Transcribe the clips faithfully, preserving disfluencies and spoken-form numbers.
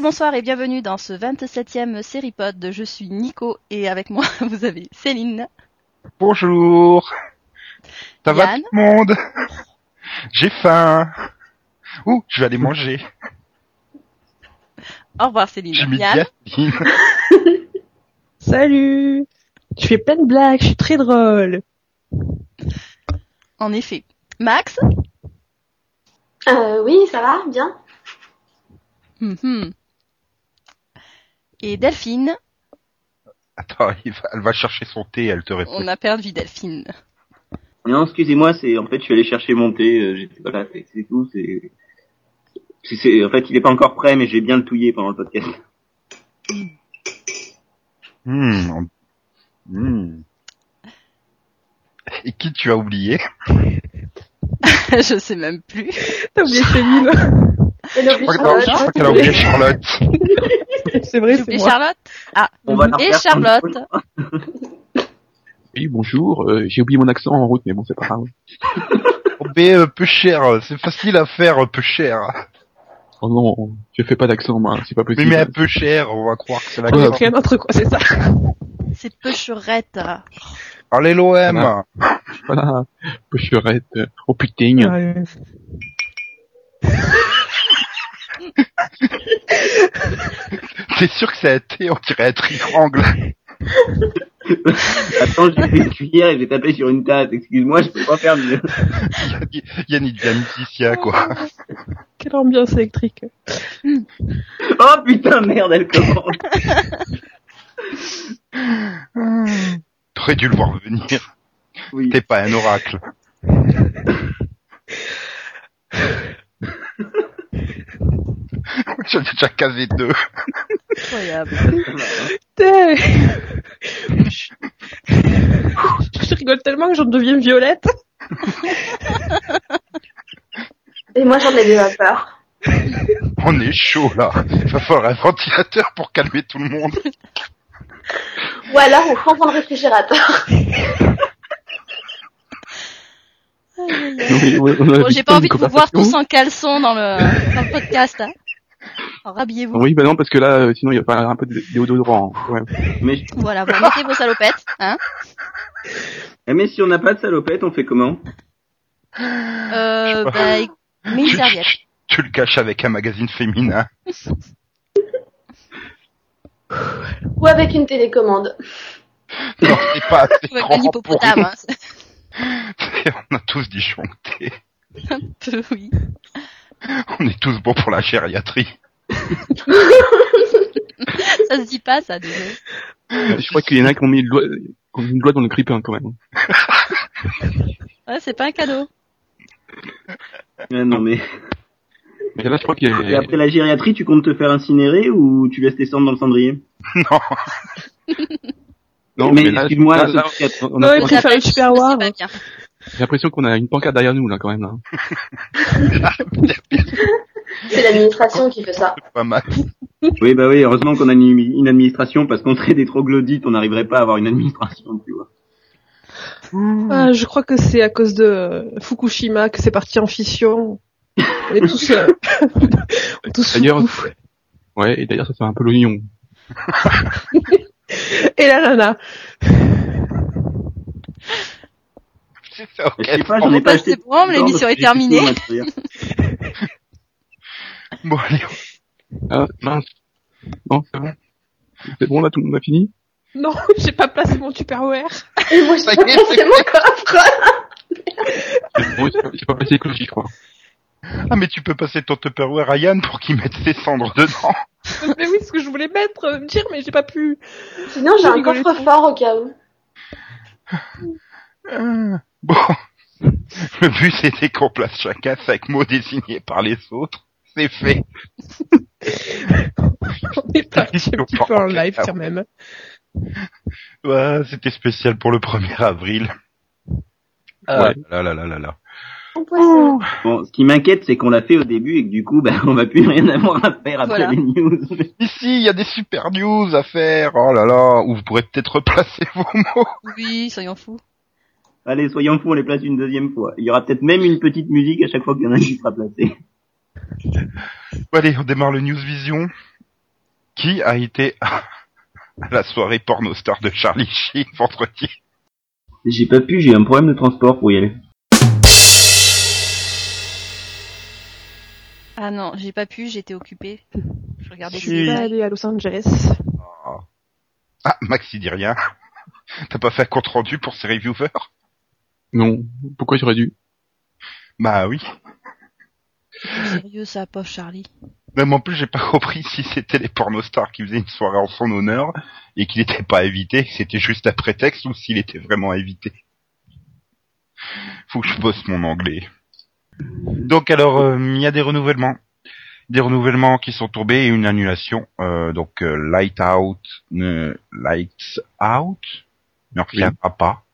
bonsoir et bienvenue dans ce vingt-septième Séripod de Je suis Nico et avec moi vous avez Céline. Bonjour. Ça Yann. va tout le monde? J'ai faim. Ouh, je vais aller manger. Au revoir Céline. J'ai mis Yann. Yasmine. Salut. Tu fais plein de blagues, je suis très drôle. En effet. Max. Euh, oui, ça va, bien. Mm-hmm. Et Delphine. Attends, il va- elle va chercher son thé, elle te répond. On a perdu Delphine. Non, excusez-moi, c'est en fait je suis allé chercher mon thé, euh, j'étais pas là, c'est, c'est tout, c'est... c'est... c'est- En fait il est pas encore prêt, mais j'ai bien le touillé pendant le podcast. Hmm, on- hmm. Et qui tu as oublié? Je sais même plus. T'as oublié Céline. Elle a Je oublié crois que- non, je Charlotte. crois qu'elle a oublié Charlotte. C'est vrai, J'ai c'est oublié moi. Charlotte. Ah. On va la Et refaire Charlotte. Oui, bonjour, euh, j'ai oublié mon accent en route, mais bon, c'est pas grave. Oh, mais euh, peu cher, c'est facile à faire, euh, peu cher. Oh non, je fais pas d'accent, moi, c'est pas Mais, possible. mais un peu cher, on va croire que c'est la On a guerre. pris un autre quoi, c'est ça. C'est Peucherette. Allez l'O M. Voilà. Voilà, pocherette, euh, oh putain. Ouais. T'es sûr que c'est un thé, on dirait un triangle. Attends, j'ai pris une cuillère et j'ai tapé sur une tasse, excuse-moi, je peux pas faire mieux. Yann, il devient musicien, quoi. Quelle ambiance électrique. Oh putain, merde, elle commence. T'aurais dû le voir venir. Oui. T'es pas un oracle. J'en ai déjà casé deux. Incroyable. Putain. Je rigole tellement que j'en deviens violette. Et moi, j'en ai déjà peur. On est chaud, là. Il va falloir un ventilateur pour calmer tout le monde. Ou alors, on prend dans le réfrigérateur. Aïe, aïe, aïe. Oui, oui, on a Bon, j'ai pas une envie de vous voir conversation. tous en caleçon dans le, dans le podcast. Hein. Alors, rhabillez-vous. Oui, bah non, parce que là, euh, sinon il y a pas un peu de déodorant, quand même. Mais, je- Voilà, vous mettez vos salopettes. Hein. eh, mais si on n'a pas de salopette, on fait comment? Euh, bah, mets une Tu, serviette. tu- tu le caches avec un magazine féminin. Ou avec une télécommande. Non, c'est pas assez Avec grand un pour hippopotame. nous. Hein. On a tous disjoncté. Un peu, oui. On est tous bons pour la gériatrie. Ça se dit pas, ça, désolé. Euh, je crois qu'il y en a qui ont mis le doigt, qui ont mis le doigt dans le grippin, quand même. Ouais, c'est pas un cadeau. Ah, non mais... Mais là, je crois qu'il y Et a... après la gériatrie, tu comptes te faire incinérer ou tu laisses tes cendres dans le cendrier? Non. Non, mais, mais là, excuse-moi, là, la là, société- on Non, a, il on a- faut faire le super C'est war. pas bien. j'ai l'impression qu'on a une pancarte derrière nous, là, quand même, là. C'est l'administration qui fait ça. Pas mal. Oui, bah oui, heureusement qu'on a une, une administration, parce qu'on serait des troglodytes, on n'arriverait pas à avoir une administration, tu vois. Ah, je crois que c'est à cause de euh, Fukushima que c'est parti en fission. On est tous, euh, on est tous D'ailleurs, fous. ouais, et d'ailleurs, ça fait un peu l'oignon. Et la nana. C'est ça, ok. Je sais pas, j'en On ai pas passe acheté. ces programmes, Non, l'émission parce est que j'ai plus terminée. tout le matériel. Bon, allez. Ah, mince. Non, c'est bon. C'est bon, là, tout le monde a fini? Non, j'ai pas placé mon Tupperware. Et moi, Ça je y est, peux passer mon coffre. Bon, c'est pas- c'est pas passé écologique, je crois. Ah, mais tu peux passer ton Tupperware à Yann pour qu'il mette ses cendres dedans. Mais oui, ce que je voulais mettre, euh, dire, mais j'ai pas pu. Sinon, j'ai J'ai un rigolé coffre-fort au cas où. Euh, Bon. Le but, c'était qu'on place chacun cinq mots désignés par les autres. C'est fait. On est parti un petit peu en live quand même. Ouais, c'était spécial pour le premier avril. Ah, Ouais. là, là, là, là, là. Poisson. Bon, ce qui m'inquiète, c'est qu'on l'a fait au début et que du coup, ben, on va plus rien avoir à faire après Voilà. les news. Ici, il y a des super news à faire. Oh là là, où vous pourrez peut-être replacer vos mots. Oui, soyons fous. Allez, soyons fous, on les place une deuxième fois. Il y aura peut-être même une petite musique à chaque fois qu'il y en a un qui sera placé. Bon, allez, on démarre le News Vision. Qui a été à la soirée pornostar de Charlie Sheen vendredi? J'ai pas pu, j'ai eu un problème de transport pour y aller. Ah non, j'ai pas pu, j'étais occupée. Je regardais Si. Je suis pas allée à Los Angeles. Ah, Maxi dit rien. T'as pas fait un compte rendu pour ses reviewers? Non. Pourquoi j'aurais dû? Bah oui. C'est sérieux ça, pauvre Charlie. Même en plus, j'ai pas compris si c'était les pornostars qui faisaient une soirée en son honneur et qu'il était pas invité, que c'était juste un prétexte ou s'il était vraiment invité. Faut que je bosse mon anglais. Donc alors, il euh, y a des renouvellements. Des renouvellements qui sont tombés et une annulation. Euh, donc euh, Light Out, ne, Lights Out ne reviendra oui. pas.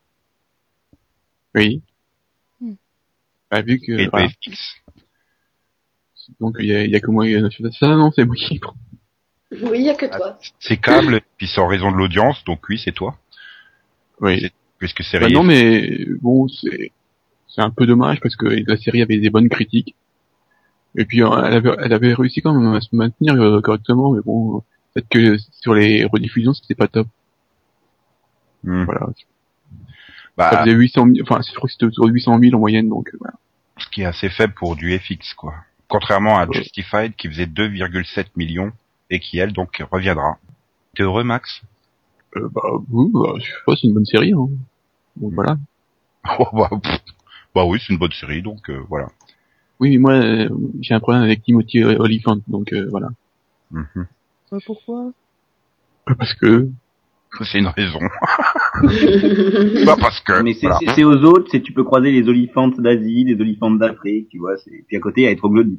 Oui. Hmm. Bah, vu que et voilà. F X. Donc il y a, y a que moi. Ça non, c'est moi qui. Oui, il y a que toi. C'est câble, puis c'est en raison de l'audience, donc oui, c'est toi. Oui. C'est, puisque c'est bah, non, mais bon, c'est c'est un peu dommage parce que la série avait des bonnes critiques. Et puis elle avait, elle avait réussi quand même à se maintenir euh, correctement, mais bon, peut-être que sur les rediffusions c'était pas top. Mmh. Voilà. Bah, ça faisait huit cent mille, enfin je crois que c'était autour de huit cent mille en moyenne, donc euh, voilà. Ce qui est assez faible pour du F X, quoi. Contrairement à ouais. Justified qui faisait deux virgule sept millions et qui elle donc reviendra. T'es heureux, Max? euh, Bah oui, bah, je sais pas, c'est une bonne série. Hein. Donc voilà. Oh, bah, pff. Bah oui, c'est une bonne série, donc euh, voilà. Oui, mais moi, euh, j'ai un problème avec Timothy Olyphant, donc euh, voilà. Mm-hmm. Euh, pourquoi? Parce que... C'est une raison. Pas parce que... Mais c'est, voilà. c'est, c'est aux autres, c'est tu peux croiser les oliphantes d'Asie, les oliphantes d'Afrique, tu vois, c'est... Puis à côté, il y a les troglodytes.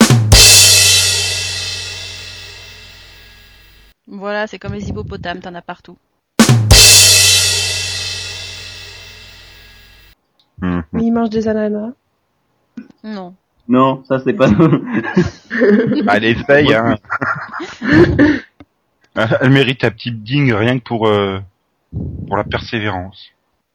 Voilà, c'est comme les hippopotames, t'en as partout. Mm-hmm. Mais ils mangent des ananas. Non. Non, ça c'est pas... Elle essaye, hein. Elle mérite un petit ding rien que pour euh, pour la persévérance.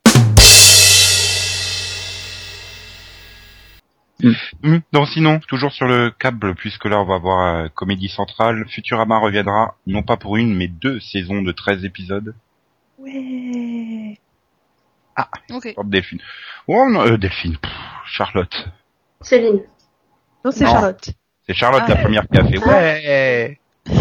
Mm. Mm. Non, sinon, toujours sur le câble, puisque là on va voir euh, Comédie Centrale, Futurama reviendra, non pas pour une, mais deux saisons de treize épisodes. Ouais. Ah, ok. Delphine. Oh non, euh, Delphine, Pff, Charlotte. Céline. Non, c'est Non. Charlotte. C'est Charlotte Ah. la première qui a fait ouais.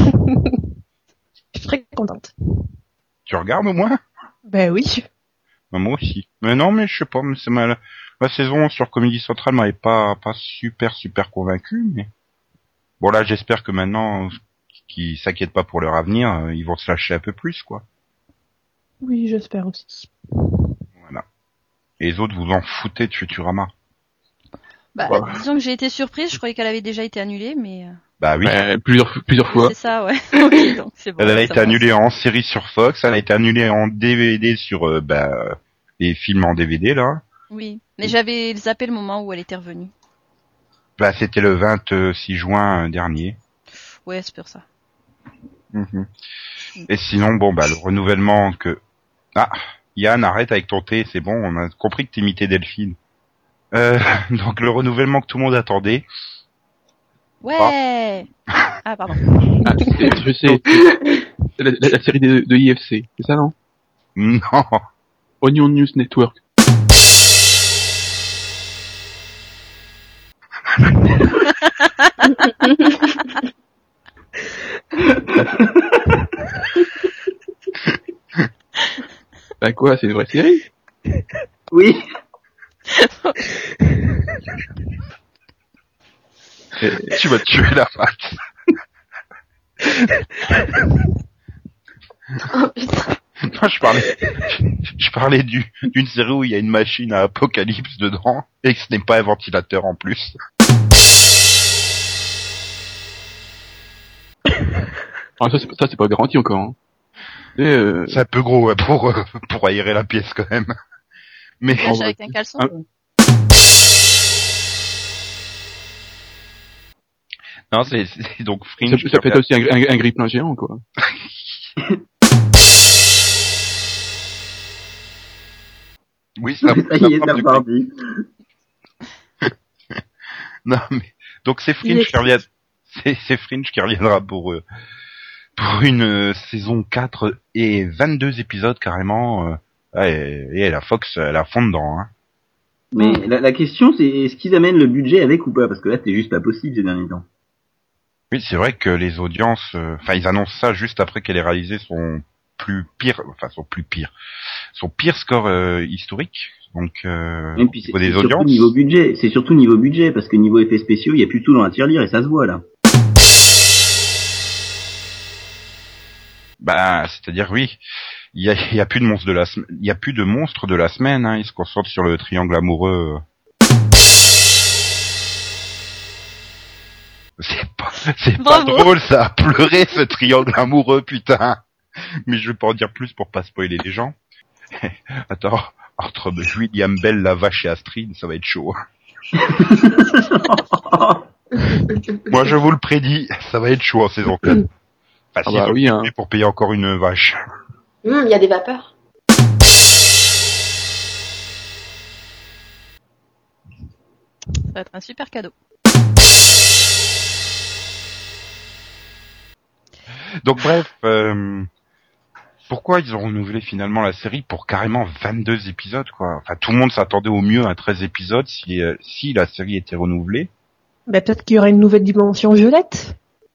Je suis très contente. Tu regardes au moins? Ben oui. Moi aussi. Mais non, mais je sais pas, mais c'est mal. La saison sur Comédie Centrale m'avait pas pas super super convaincu, mais bon là j'espère que maintenant qu'ils s'inquiètent pas pour leur avenir, ils vont se lâcher un peu plus quoi. Oui, j'espère aussi. Voilà. Et les autres vous en foutez de Futurama. Bah, Ouais. disons que j'ai été surprise, je croyais qu'elle avait déjà été annulée, mais... euh, Bah oui. Euh, plusieurs plusieurs fois. C'est ça, ouais. Ok, donc c'est bon. Elle a ça été passe. annulée en série sur Fox, elle a été annulée en D V D sur euh, bah les films en D V D là. Oui, mais j'avais zappé le moment où elle était revenue. Bah c'était le vingt-six juin dernier. Ouais, c'est pour ça. Mm-hmm. Et sinon bon bah le renouvellement que ah Yann arrête avec ton thé, c'est bon, on a compris que t'imitais Delphine. Euh, donc le renouvellement que tout le monde attendait. Ouais. Ah pardon. Ah, c'est- je sais. C'est la, la, la série de, de I F C, c'est ça non? Non. Onion News Network. Bah quoi, c'est une vraie série? Oui. Tu vas tuer la Max. Oh putain. Non, je parlais, je, je parlais du, d'une série où il y a une machine à apocalypse dedans et que ce n'est pas un ventilateur en plus. Ah, ça, c'est, ça, c'est pas garanti encore. Hein. Et, euh, C'est un peu gros ouais, pour euh, pour aérer la pièce quand même. Mais Cache va- avec un caleçon. Ah, non, c'est, c'est donc ça, Fringe. ça peut être aussi un, un, un grille-pain géant, quoi. Oui, ça. Ça y est, ça c'est du- reparti. Non, mais donc c'est Il Fringe est qui revient. C'est, c'est Fringe qui reviendra pour euh, pour une euh, saison quatre et vingt-deux épisodes carrément. Euh, ouais, et, et la Fox, elle a fond dedans. Hein. Mais la, la question, c'est est-ce qu'ils amènent le budget avec ou pas? Parce que là, c'est juste pas possible ces derniers temps. Oui, c'est vrai que les audiences, enfin, euh, ils annoncent ça juste après qu'elle ait réalisé son plus pire, enfin son plus pire, son pire score euh, historique. Donc, euh, et puis c'est, au niveau des c'est surtout audiences. Niveau budget, c'est surtout niveau budget parce que niveau effets spéciaux, il y a plus tout dans la tirelire et ça se voit là. Bah, c'est-à-dire oui, il y a, il y a plus de monstres de la, sem- il y a plus de monstres de la semaine. Hein, ils se concentrent sur le triangle amoureux. C'est pas, c'est pas Bravo. drôle ça, à pleurer ce triangle amoureux, putain. Mais je vais pas en dire plus pour pas spoiler les gens. Attends, entre William Bell, la vache et Astrid, ça va être chaud. Moi, je vous le prédis, ça va être chaud en saison quatre. Enfin, Ah si bah ils ont oui, hein. payé pour payer encore une vache. Hum, il y a des vapeurs. Ça va être un super cadeau. Donc bref, euh, pourquoi ils ont renouvelé finalement la série pour carrément vingt-deux épisodes, quoi. Enfin, tout le monde s'attendait au mieux à treize épisodes si, euh, si la série était renouvelée. Bah, peut-être qu'il y aurait une nouvelle dimension violette.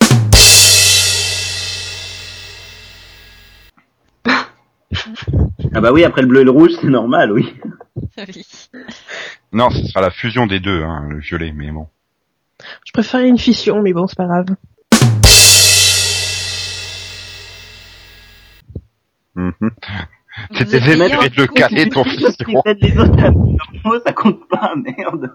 Ah bah oui, après le bleu et le rouge, c'est normal, oui. Oui. Non, ce sera la fusion des deux, hein, le violet, mais bon. Je préférais une fission, mais bon, c'est pas grave. Mhm. Vous C'était essayez énervé de le caler, ton Si fission. faites les autres amoureux, ça compte pas, merde.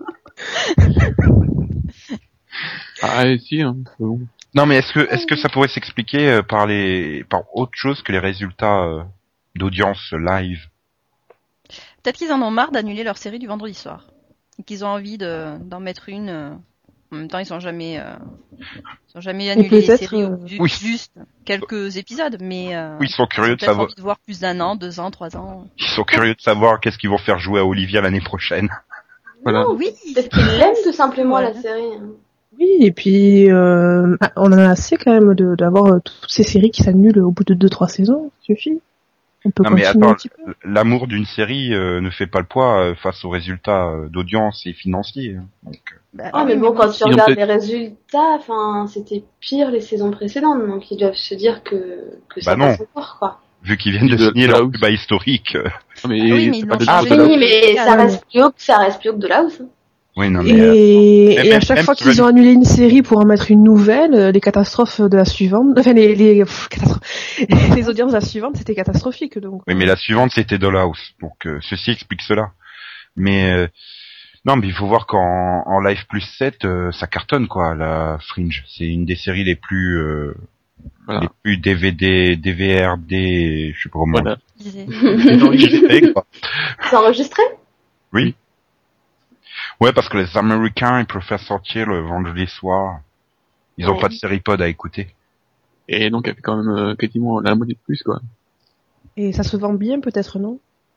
Ah, et si, hein, c'est bon. Non, mais est-ce que, est-ce que ça pourrait s'expliquer euh, par les, par autre chose que les résultats euh, d'audience live? Peut-être qu'ils en ont marre d'annuler leur série du vendredi soir. Et qu'ils ont envie de, d'en mettre une. euh, En même temps, ils sont jamais, euh, ils sont jamais annulé les peut-être, séries. euh, du- oui. Juste quelques épisodes, mais euh, Oui, ils sont ils ont curieux de peut-être savoir, envie de voir plus d'un an, deux ans, trois ans. ils sont curieux de savoir qu'est-ce qu'ils vont faire jouer à Olivia l'année prochaine. Voilà. Oh, oui. Peut-être qu'ils l'aiment tout simplement Ouais. la série. hein. Oui, et puis euh, ah, on en a assez quand même de, d'avoir euh, toutes ces séries qui s'annulent au bout de deux trois saisons, ça suffit. On peut Non, mais continuer attends, un petit peu. l'amour d'une série euh, ne fait pas le poids euh, face aux résultats euh, d'audience et financiers. hein. Donc, euh, Bah, Ah, oui, mais bon, quand tu Ils ont regardes peut-être- les résultats, enfin, c'était pire les saisons précédentes, donc ils doivent se dire que, que ça Bah non. passe encore, quoi. vu qu'ils viennent de De- signer de leur House. plus bas historique. euh, Non, mais, Ah oui, mais ils c'est l'ont pas de- Ah changé. de la- oui, mais Ah, ça non, reste plus haut que ça reste plus haut que de la hausse. hein. Oui, non, mais euh, Et, même- et à même- chaque même fois si qu'ils tu ont vas- annulé une série pour en mettre une nouvelle, euh, les catastrophes de la suivante, enfin les les, pff, catastrophes- les audiences de la suivante, c'était catastrophique. Donc. oui, mais la suivante c'était Dollhouse. Donc euh, ceci explique cela. Mais euh, non, mais il faut voir qu'en en Live plus sept, euh, ça cartonne quoi. La Fringe, c'est une des séries les plus euh, Voilà. les plus D V D, D V R D, je sais pas comment. Voilà. je disais. enregistré, quoi. C'est enregistré? Oui. Ouais, parce que les Américains, ils préfèrent sortir le vendredi soir. Ils ont Ouais. pas de série pod à écouter. Et donc, elle fait quand même euh, quasiment la moitié de plus, quoi. Et ça se vend bien, peut-être, non?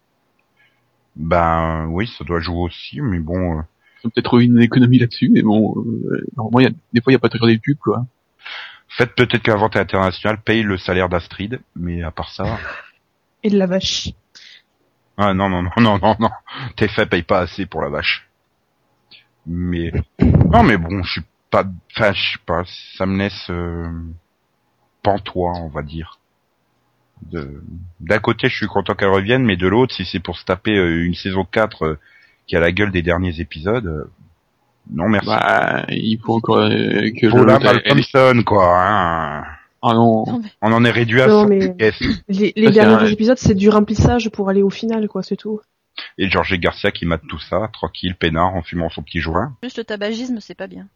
Ben oui, ça doit jouer aussi, mais bon. euh, Ils ont peut-être trouvé une économie là-dessus, mais bon, euh, normalement, il y a, des fois, il n'y a pas toujours des pubs, quoi. Faites peut-être que la vente internationale paye le salaire d'Astrid, mais à part ça. Et de la vache. Ah non, non, non, non, non, non. T F A paye pas assez pour la vache. Mais. Non, mais bon, je suis pas. Enfin, je sais pas, ça me laisse. Euh... pantois, on va dire. De... D'un côté, je suis content qu'elle revienne, mais de l'autre, si c'est pour se taper euh, une saison quatre euh, qui a la gueule des derniers épisodes, euh, non merci. Bah, il faut encore euh, que Paula l'autre, elle- elle- Malcolmson, quoi. Hein. Ah non. Non, mais- On en est réduit à Non, cent mais- pièces. Les, les Ça, c'est derniers un- épisodes, c'est du remplissage pour aller au final, quoi, c'est tout. Et Georges Garcia qui mate tout ça, tranquille, peinard, en fumant son petit joint. Juste le tabagisme, c'est pas bien.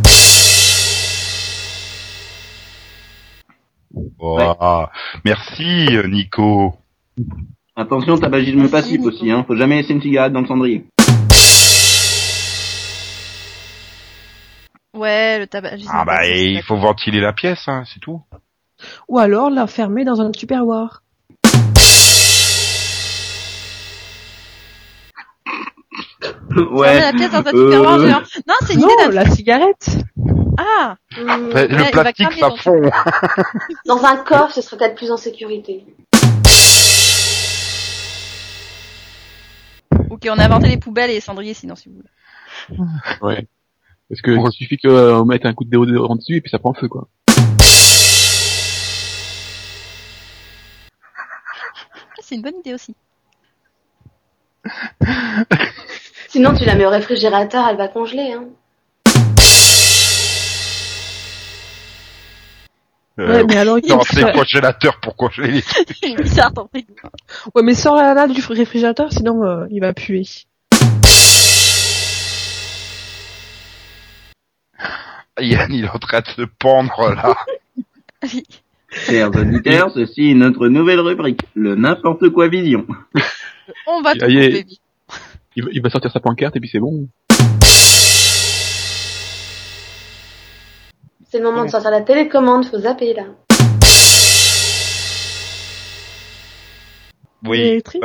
Oh, merci, euh, Nico. Attention, tabagisme Merci, passif Nico. aussi, hein. Faut jamais laisser une cigarette dans le cendrier. Ouais, le tabagisme. Ah bah, passif, c'est il d'accord. faut ventiler la pièce, hein, c'est tout. Ou alors la fermer dans un tupperware. Fermer Ouais. la pièce dans un Euh, tupperware géant. Non, c'est une Non, idée d'un la cigarette. Ah Hmm. Bah, Ouais, il le va plastique, cramer ça dans- fond. Dans un coffre, ce serait peut-être plus en sécurité. Ok, on a inventé les poubelles et les cendriers sinon, si vous voulez. Ouais. Parce que Ouais. il suffit qu'on mette un coup de déodorant dessus et puis ça prend feu, quoi. Ah, c'est une bonne idée aussi. Sinon, tu la mets au réfrigérateur, elle va congeler. Hein. Ouais, mais alors, il non, faut c'est ça- congélateur pour congeler les trucs. C'est bizarre ton frigo. Ouais, mais sors-la là du réfrigérateur, sinon euh, il va puer. Yann, il est en train de se pendre, là. Oui. Chers auditeurs, ceci est notre nouvelle rubrique, le n'importe quoi vision. On va tout Aïe, aïe. couper vite. Il va, il va sortir sa pancarte et puis c'est bon. C'est le moment de sortir la télécommande, faut zapper là. Et Oui. tri-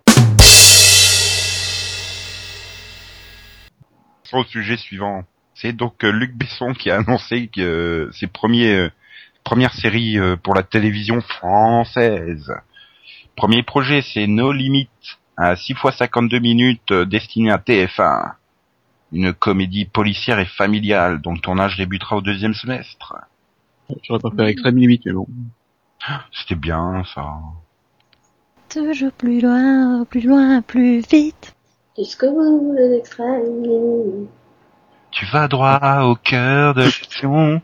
Au sujet suivant. C'est donc euh, Luc Besson qui a annoncé que euh, ses premiers euh, premières séries euh, pour la télévision française. Premier projet, c'est No Limit, à six fois cinquante-deux minutes, euh, destiné à T F un. Une comédie policière et familiale dont le tournage débutera au deuxième semestre. J'aurais pas fait extrême limite, mais bon. C'était bien, ça. Toujours plus loin, plus loin, plus vite. Jusqu'au bout, les extrêmes. Tu vas droit au cœur de l'action.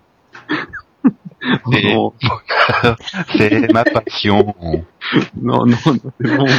Et Non, c'est ma passion. non, non, non, c'est bon.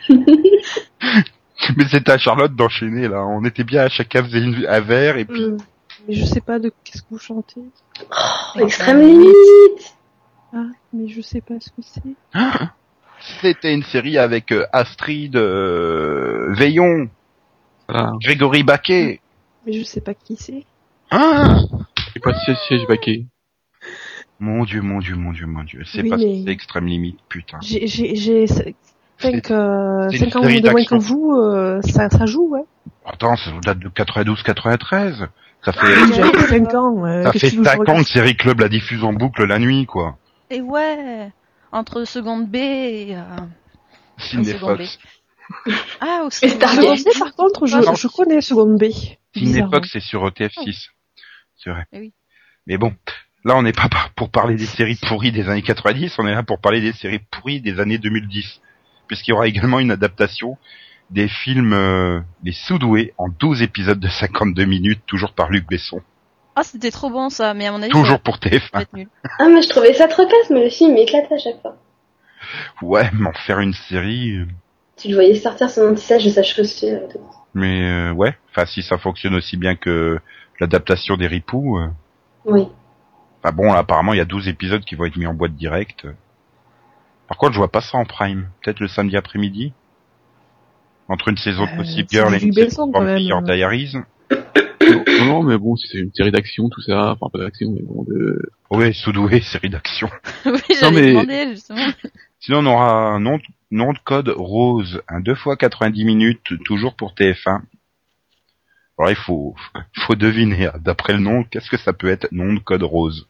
Mais c'était à Charlotte d'enchaîner, là. On était bien, chacun faisait une, un verre, et puis... Euh, mais je sais pas de qu'est-ce que vous chantez. Oh, extrême limite. Ah, mais je sais pas ce que c'est. C'était une série avec euh, Astrid euh, Veillon, Voilà. Grégory Baquet. Mais je sais pas qui c'est. Ah C'est pas siège, siège baquet. mon dieu, mon dieu, mon dieu, mon dieu. C'est Oui, pas mais- c'est extrême limite, putain. J'ai, j'ai, j'ai cinq, euh, c'est une cinq ans série de moins d'action. que vous, euh, ça, ça joue, ouais. Attends, ça date de quatre-vingt-douze quatre-vingt-treize. Ça fait, J'ai cinq ans, euh, ça qu'est-ce fait que tu veux que je cinq ans que regarde Série Club la diffuse en boucle la nuit, quoi. Et ouais, entre seconde B et... Euh... Cinéfox. Ah, aussi. Et Stargate. Seconde B, par contre, je, Non. je connais Seconde B. Bizarrement. Cinéfox, c'est sur T F six. C'est vrai. Eh oui. Mais bon, là, on n'est pas par- pour parler des séries pourries des années quatre-vingt-dix, on est là pour parler des séries pourries des années deux mille dix. Puisqu'il y aura également une adaptation des films euh, Les Soudoués en douze épisodes de cinquante-deux minutes, toujours par Luc Besson. Ah, c'était trop bon ça, mais à mon avis, Toujours ça pour T F va un. être nul. Ah, mais je trouvais ça trop classe, mais le film m'éclatait à chaque fois. Ouais, mais en faire une série... euh, Tu le voyais sortir son anti-sèche de sa chaussure et tout. Mais euh, ouais, enfin si ça fonctionne aussi bien que l'adaptation des Ripoux... euh, Oui. Enfin bon, là, apparemment, il y a douze épisodes qui vont être mis en boîte directe. Par contre, je vois pas ça en prime. Peut-être le samedi après-midi. Entre une saison de Euh, Gossip c'est Girl et du une Besson, saison de quand même. Vampire Diaries. Non, non, mais bon, c'est une série d'action, tout ça. Enfin, pas d'action, mais bon, de... Ouais, Soudoué, série d'action. Oui, j'allais mais- demander, justement. Sinon, on aura un nom, nom de code rose. Un deux fois quatre-vingt-dix minutes, toujours pour T F un. Alors, il faut, faut deviner, hein, d'après le nom, qu'est-ce que ça peut être, nom de code rose.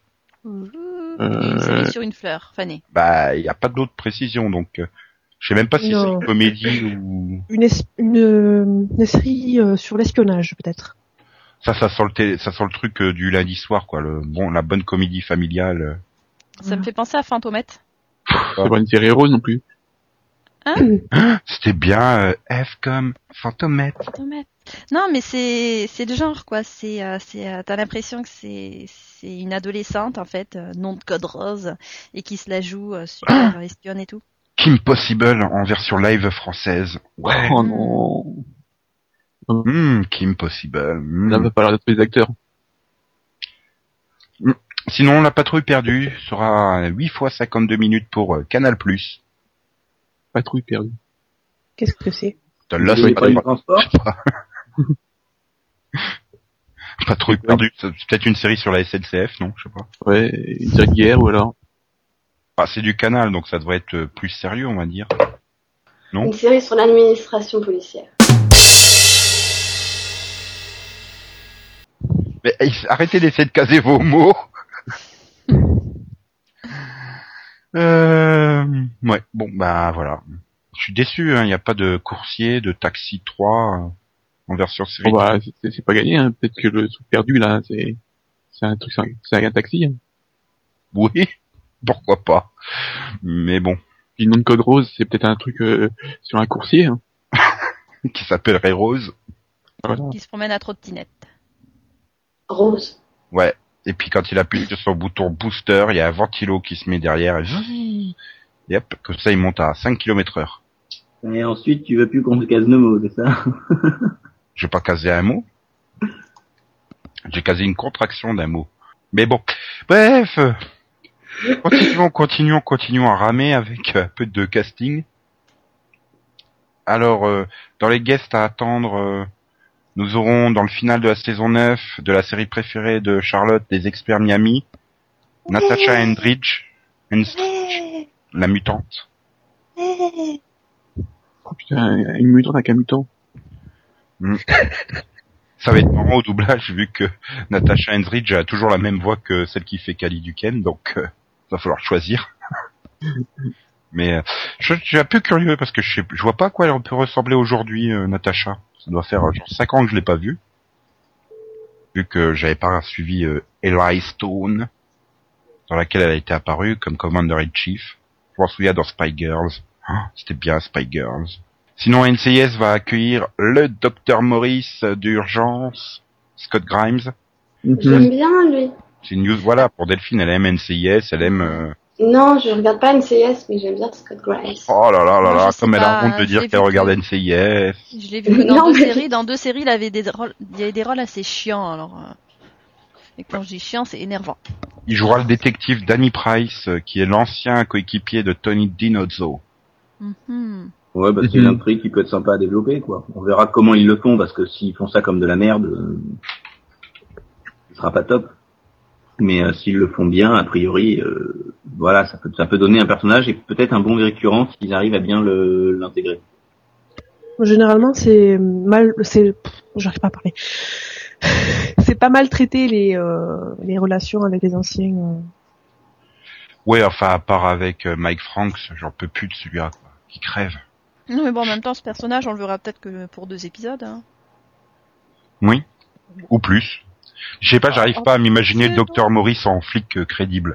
Une série sur une fleur, fanée. Bah, il n'y a pas d'autre précision, donc, euh, je sais même pas si c'est Non. une comédie ou... Une, es- une, euh, une série euh, sur l'espionnage, peut-être. Ça, ça sent le, télé- ça sent le truc euh, du lundi soir, quoi. Le, bon, la bonne comédie familiale. euh. Ça me fait penser à Fantomette. C'est pas une série rose non plus. C'était bien, euh, F comme Fantomette. Fantomette. Non, mais c'est c'est le genre, quoi. C'est euh, c'est euh, t'as l'impression que c'est c'est une adolescente, en fait, euh, nom de code rose, et qui se la joue euh, super espionne et tout. Kim Possible en version live française. Ouais. Oh non. Hmm, Kim Possible. hmm. Là, va falloir d'être les acteurs. Sinon, La Patrouille Perdue sera huit fois cinquante-deux minutes pour euh, Canal+. Patrouille perdue. Qu'est-ce que c'est? The Vous Lost voyez pas du Patrouille, transport? Patrouille Perdue. C'est peut-être une série sur la S N C F, non? Je sais pas. Ouais, une série de guerre ou alors. Ah, c'est du Canal, donc ça devrait être euh, plus sérieux, on va dire. Non? Une série sur l'administration policière. Mais arrêtez d'essayer de caser vos mots. euh... Ouais, bon, bah voilà. Je suis déçu, hein. Il n'y a pas de coursier, de taxi trois euh, en version série. Bon, bah, c'est, c'est pas gagné, hein. Peut-être que le truc perdu, là, c'est, c'est un truc, c'est un taxi. Hein. Oui, pourquoi pas. Mais bon. Puis le nom de code rose, c'est peut-être un truc euh, sur un coursier. Hein. Qui s'appellerait Rose. Voilà. Qui se promène à trottinette. Rose. Ouais. Et puis quand il appuie sur son bouton booster, il y a un ventilo qui se met derrière et, et hop, comme ça il monte à cinq kilomètres heure. Et ensuite, tu veux plus qu'on te case nos mots, c'est ça? J'ai pas casé un mot. J'ai casé une contraction d'un mot. Mais bon. Bref. Continuons, continuons, continuons à ramer avec un peu de casting. Alors, euh, dans les guests à attendre, euh, nous aurons dans le final de la saison neuf de la série préférée de Charlotte, des experts Miami, Natasha Hendridge, Hendridge, la mutante. Oh putain, une mutante avec un mutant. Mm. Ça va être marrant au doublage vu que Natasha Hendridge a toujours la même voix que celle qui fait Kali Duquesne, donc euh, va falloir choisir. Mais euh, je, je suis un peu curieux parce que je sais, je vois pas à quoi elle peut ressembler aujourd'hui, euh, Natasha. Ça doit faire euh, genre cinq ans que je l'ai pas vue, vu que j'avais pas suivi euh, Eli Stone, dans laquelle elle a été apparue comme Commander-in-Chief. Je m'en souviens dans Spy Girls. Oh, c'était bien Spy Girls. Sinon, N C I S va accueillir le docteur Morris d'urgence, Scott Grimes. J'aime bien, lui. C'est une news, voilà, pour Delphine, elle aime N C I S, elle aime... Euh... Non, je regarde pas N C I S, mais j'aime bien Scott Grimes. Oh là là là Moi, là, je sais comme elle pas, a honte de hein, dire j'ai qu'elle vu regarde que- N C I S. Je l'ai vu que dans Non, deux mais- séries. Dans deux séries, il avait des rôles, il y avait des rôles assez chiants. Alors, euh, et quand je dis chiant, c'est énervant. Il jouera le détective Danny Price, euh, qui est l'ancien coéquipier de Tony DiNozzo. Mhm. Ouais, bah c'est Mhm. une intrigue qui peut être sympa à développer, quoi. On verra comment ils le font, parce que s'ils font ça comme de la merde, euh, ce sera pas top. Mais euh, s'ils le font bien, a priori, euh, voilà, ça peut, ça peut donner un personnage et peut-être un bon récurrent s'ils arrivent à bien le, l'intégrer. Généralement, c'est mal, c'est, pff, j'arrive pas à parler. C'est pas mal traité les euh, les relations avec les anciens. euh. Ouais, enfin, à part avec euh, Mike Franks, j'en peux plus de celui-là, quoi. Qui crève. Non, mais bon, en même temps, ce personnage, on le verra peut-être que pour deux épisodes. Hein. Oui. Ou plus. Je sais pas, j'arrive Ah, pas à m'imaginer le c'est docteur Morris en flic euh, crédible.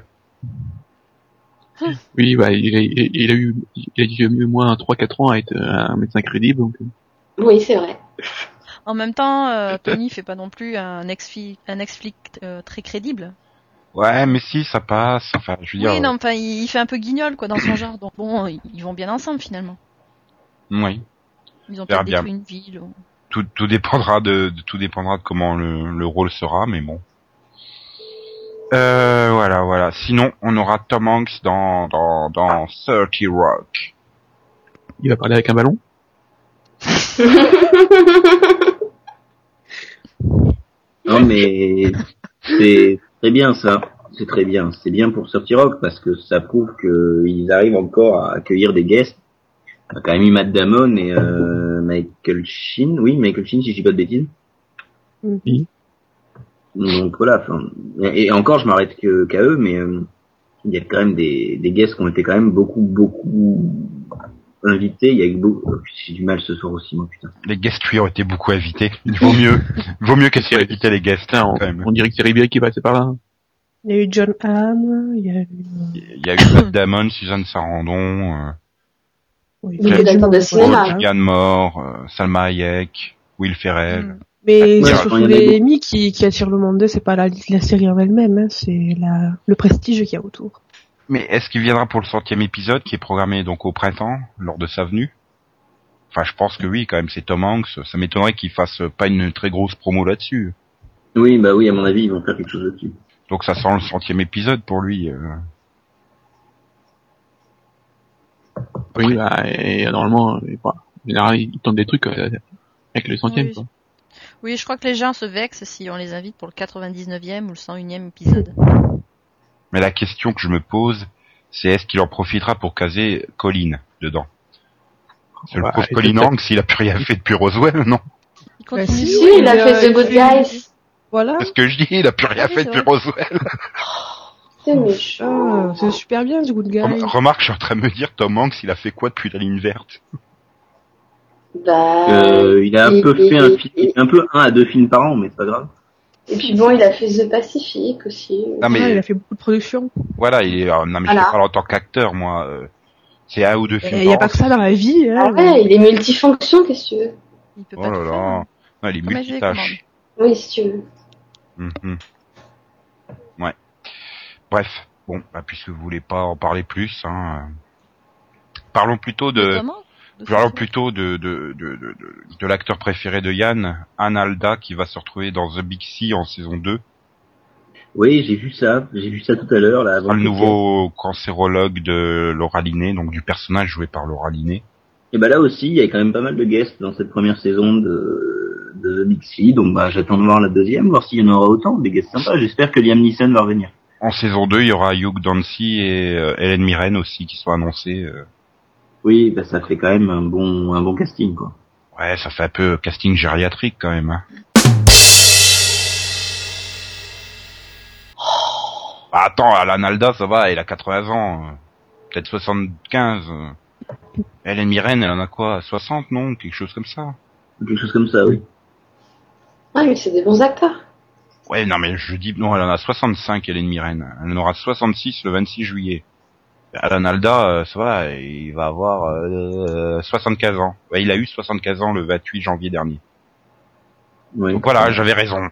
Oui, bah, il a, il il a eu, il a dit au moins trois quatre ans à être un médecin crédible, donc. Oui, c'est vrai. En même temps, euh, Tony fait pas non plus un ex-flic, un ex-flic euh, très crédible. Ouais, mais si, ça passe. Enfin, je veux dire... Oui, non, enfin, il, il fait un peu guignol, quoi, dans son genre. Donc bon, ils, ils vont bien ensemble, finalement. euh, Oui. Ils ont Verra peut-être bien. détruit une ville. Ou... Tout, tout dépendra de, de- tout dépendra de comment le, le rôle sera, mais bon. Euh, voilà, voilà. Sinon, on aura Tom Hanks dans, dans, dans thirty Rock. Il va parler avec un ballon. Non, mais c'est très bien ça. C'est très bien. C'est bien pour Thirty Rock parce que ça prouve qu'ils arrivent encore à accueillir des guests. On a quand même eu Matt Damon et euh, Michael Sheen. Oui, Michael Sheen, si je dis pas de bêtises. Mhm. Donc voilà. Enfin, et, et encore, je m'arrête que, qu'à eux, mais euh, il y a quand même des, des guests qui ont été quand même beaucoup, beaucoup invités. Il y a eu beaucoup. Oh, j'ai du mal ce soir aussi, moi, putain. Les guests, lui, ont été beaucoup invités. Il vaut mieux, vaut mieux qu'essayer d'éviter les guests, Putain, on, quand même. on dirait que c'est Ribéry qui est passé par là. Il y a eu John Hamm, il y a eu. Il y a eu Matt Damon, Suzanne Sarandon, euh, Oui, Beaucoup il y a d'acteurs du de monde, cinéma. voilà. Yann Moore, euh, Salma Hayek, Will Ferrell. Mm. Mais Ouais, c'est alors, surtout il y en a les Emmy qui, qui attirent le monde, c'est pas la, la série en elle-même, hein, c'est la, le prestige qu'il y a autour. Mais est-ce qu'il viendra pour le centième épisode qui est programmé donc au printemps, lors de sa venue? Enfin, je pense que oui, quand même, c'est Tom Hanks. Ça m'étonnerait qu'il fasse pas une très grosse promo là-dessus. Oui, bah oui, à mon avis, ils vont faire quelque chose là-dessus. Donc ça sent le centième épisode pour lui. euh. Oui, bah, et normalement, et, bah, en général, ils tentent des trucs euh, avec le centième, Oui. quoi. Oui, je crois que les gens se vexent si on les invite pour le quatre-vingt-dix-neuvième ou le cent unième épisode. Mais la question que je me pose, c'est est-ce qu'il en profitera pour caser Colin dedans? Parce que Bah, le pauvre et Colin peut-être- Hanks, il a plus rien fait depuis Roswell, non? Il continue. Bah, Si, si, si, il a il a- fait The il Good fait- Guys. Voilà. C'est ce que je dis, il a plus rien Ah oui, fait c'est depuis vrai. Roswell. C'est méchant. Ah, c'est super bien, ce good guy. Rem- Remarque, je suis en train de me dire, Tom Hanks, il a fait quoi depuis la ligne verte? Bah. Euh, il a un et- peu et- fait un et- film, il fait un peu un à deux films par an, mais c'est pas grave. Et puis bon, il a fait The Pacific aussi. Non, mais- Ah, il a fait beaucoup de productions. Voilà, il est, euh, non, mais Voilà. je te parle en tant qu'acteur, moi, euh, c'est un ou deux films Il y a par pas an, que ça dans la vie. Ah Hein. ouais, il est multifonction, qu'est-ce que tu veux? Il peut Oh pas là tout là. faire. hein. Non, il est Comme elle disait, multitâche. Oui, si tu veux. Mhm. Ouais. Bref, bon, bah, puisque vous voulez pas en parler plus, hein, euh, parlons plutôt de, Comment De parlons cette plutôt de de de de, de, de l'acteur préféré de Yann, Analda, qui va se retrouver dans The Big Sea en saison deux. Oui, j'ai vu ça, j'ai vu ça tout à l'heure, là, avant. Le le nouveau cancérologue de Laura Linney, donc du personnage joué par Laura Linney. Et bah là aussi, il y a quand même pas mal de guests dans cette première saison de, de Big Sea, donc bah j'attends de voir la deuxième, voir s'il y en aura autant, des guests sympas. J'espère que Liam Neeson va revenir. En saison deux, il y aura Hugh Dancy et euh, Helen Mirren aussi qui sont annoncés. euh. Oui, bah ça fait quand même un bon un bon casting, quoi. Ouais, ça fait un peu casting gériatrique quand même. Hein. Bah, attends, Alan Alda, ça va, il a quatre-vingts ans, euh, peut-être soixante-quinze. euh. Helen Mirren, elle en a quoi, soixante, non? Quelque chose comme ça. Quelque chose comme ça, oui. Ah, mais c'est des bons acteurs. Ouais, non, mais je dis, non, elle en a soixante-cinq, Helen Mirren. Elle en aura soixante-six le vingt-six juillet. Alan Alda, euh, ça va, il va avoir euh, soixante-quinze ans. Ouais, il a eu soixante-quinze ans le vingt-huit janvier dernier. Oui. Donc voilà, j'avais raison.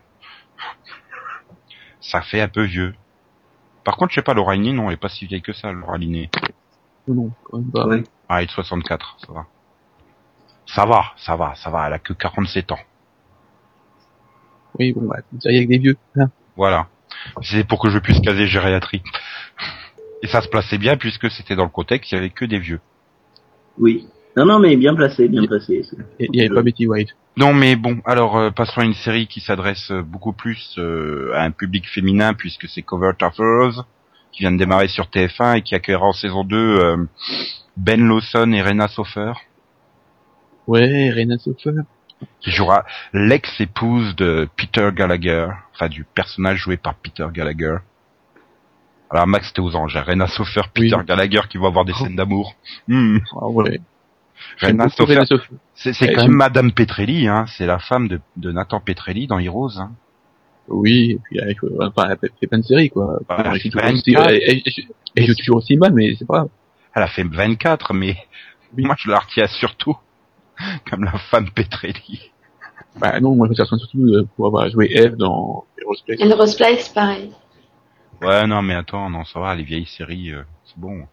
Ça fait un peu vieux. Par contre, je sais pas, Laura Linney, non, elle est pas si vieille que ça, Laura Linney. Non, non, quand même pas. Ouais. Ah, elle est de soixante-quatre, ça va. Ça va, ça va, ça va, elle a que quarante-sept ans. Oui, bon, bah, c'est avec des vieux. Hein. Voilà. C'est pour que je puisse caser gériatrie. Et ça se plaçait bien puisque c'était dans le contexte, il y avait que des vieux. Oui. Non, non, mais bien placé, bien placé. Et il y avait pas Betty White. Non mais bon, alors euh, passons à une série qui s'adresse euh, beaucoup plus euh, à un public féminin puisque c'est Covert Affairs, qui vient de démarrer sur T F un et qui accueillera en saison deux euh, Ben Lawson et Rena Sofer, Ouais, Rena Sofer. qui jouera l'ex-épouse de Peter Gallagher, enfin du personnage joué par Peter Gallagher. Alors Max, t'es aux anges, hein. Rena Sofer, Peter Oui. Gallagher qui va avoir des scènes d'amour. Hmm. Ah ouais. Rena J'aime beaucoup Sofer, Rena Sofer. c'est, c'est Eh, quand j'aime- même Madame Petrelli, hein. C'est la femme de, de Nathan Petrelli dans Heroes. Hein. Oui, et puis avec, euh, enfin, elle fait plein de séries, quoi. Bah, Elle, elle joue fait toujours vingt-quatre. aussi, elle, elle- elle- elle joue toujours aussi mal, mais c'est pas grave. Elle a fait vingt-quatre, mais moi je la retiens surtout comme la femme Petrelli. Bah non, moi je me souviens surtout euh, pour avoir joué Eve dans Heroes Place. Et le Rose Place, pareil. Ouais, non, mais attends, non, ça va, les vieilles séries, euh, c'est bon.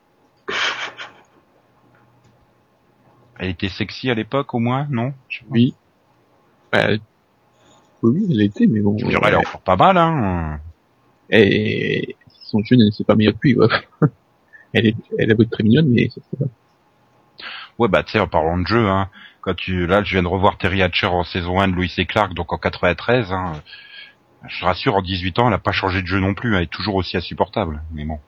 Elle était sexy à l'époque, au moins, non? Je sais pas. Oui. Bah, oui, elle était, mais bon. Je dirais, elle est encore pas mal, hein. Et son jeu c'est pas meilleur que lui, quoi. Elle est, elle a beau être très mignonne, mais c'est pas. Ouais, bah, tu sais, en parlant de jeu, hein, quand tu, là, je viens de revoir Terry Hatcher en saison un de Lois et Clark, donc en quatre-vingt-treize, hein, je te rassure, en dix-huit ans, elle a pas changé de jeu non plus, elle est toujours aussi insupportable, mais bon.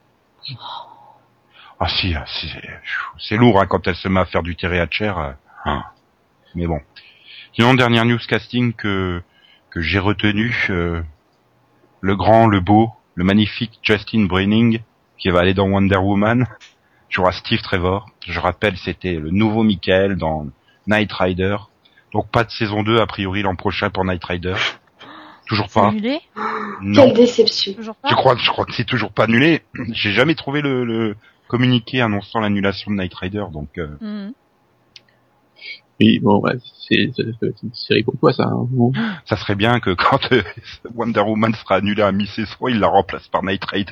Ah si, c'est, c'est lourd, hein, quand elle se met à faire du Terry Hatcher, euh, hein. Mais bon. Sinon, dernière news casting que, que j'ai retenu, euh, le grand, le beau, le magnifique Justin Browning, qui va aller dans Wonder Woman, jouera Steve Trevor. Je rappelle, c'était le nouveau Michael dans Knight Rider. Donc pas de saison deux, a priori, l'an prochain pour Knight Rider. Toujours C'est pas. annulé Non. Quelle déception. Toujours pas Je crois, je crois que c'est toujours pas annulé. J'ai jamais trouvé le, le communiqué annonçant l'annulation de Knight Rider, donc, euh, Mhm. Oui, bon, bah, c'est, c'est, c'est une série pour toi, ça, hein. Bon. ça serait bien que quand euh, Wonder Woman sera annulée à mi-saison, il la remplace par Knight Rider.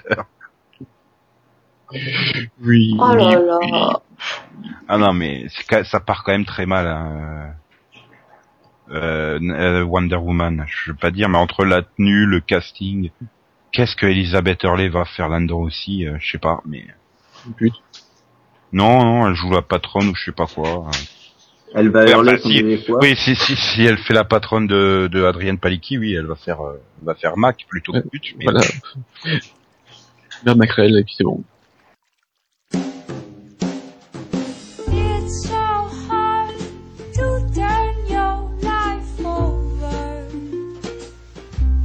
Oui, Oh oui, là oui. là. Ah non, mais c'est, quand- ça part quand même très mal, hein. Euh, euh, Wonder Woman, je veux pas dire, mais entre la tenue, le casting, qu'est-ce que Elizabeth Hurley va faire là-dedans aussi, euh, je sais pas, mais Pute. non, non, elle joue la patronne ou je sais pas quoi. Elle va Ouais, hurler enfin, son si- bébé fois. Oui, si, si, si elle fait la patronne de, de Adrienne Palicki, oui, elle va faire, euh, elle va faire Mac plutôt que Ouais, pute, mais Voilà. Merde Macrel, et puis c'est bon. It's so hard to turn your life over.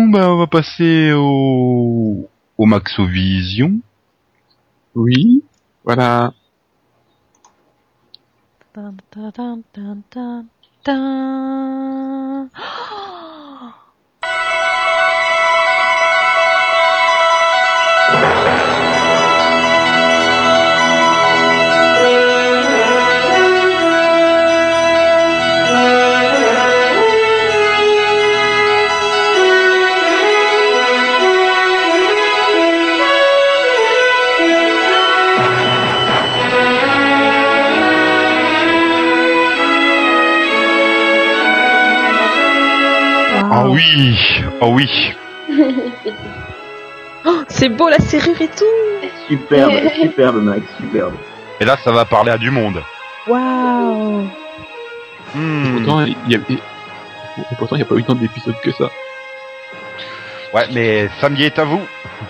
bah on va passer au au Maxovision. Oui, voilà. Tan, tan, tan, tan, tan, tan. Ah oui, oh oui. Oh, c'est beau la serrure et tout. Superbe, superbe Max, superbe. Et là, ça va parler à du monde. Waouh. Hmm. Pourtant, il y a, et pourtant, il n'y a pas eu tant d'épisodes que ça. Ouais, mais samedi est à vous.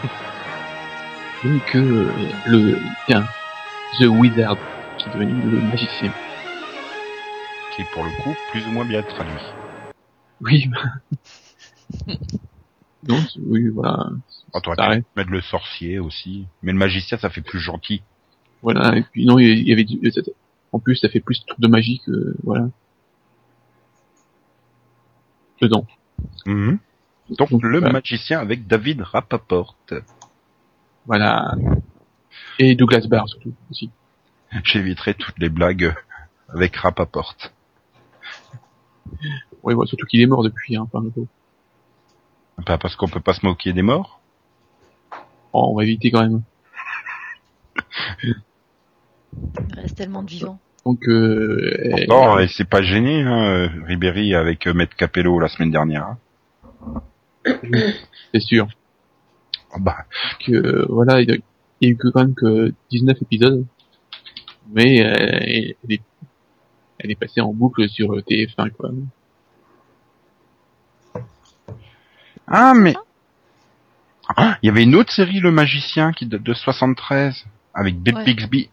Donc, euh, le, tiens, The Wizard, qui est devenu le magicien. Qui est pour le coup plus ou moins bien traduit. Oui, bah. Donc, oui, voilà. Oh, t'aurais Ça pu arrête. mettre le sorcier aussi. Mais le magicien, ça fait plus gentil. Voilà, et puis non, il y avait du, en plus, ça fait plus tour de magie que, voilà. Dedans. Mhm. Donc, Donc, le voilà. magicien avec David Rappaport. Voilà. Et Douglas Barr, surtout, aussi. J'éviterai toutes les blagues avec Rappaport. Ouais, ouais, surtout qu'il est mort depuis, hein, par le coup. Bah, parce qu'on peut pas se moquer des morts. Oh, on va éviter quand même. Il reste tellement de vivants. Donc, euh, Pourtant, et c'est pas gêné, hein, Ribéry avec euh, Maître Capello la semaine dernière. Hein. c'est sûr Ah bah, que, euh, voilà, il y a il y a eu que quand même que dix-neuf épisodes. Mais, euh, elle est, elle est passée en boucle sur T F un, quoi. ah mais ah, il y avait une autre série, Le Magicien, qui date de soixante-treize, avec Bill Ouais. Bixby.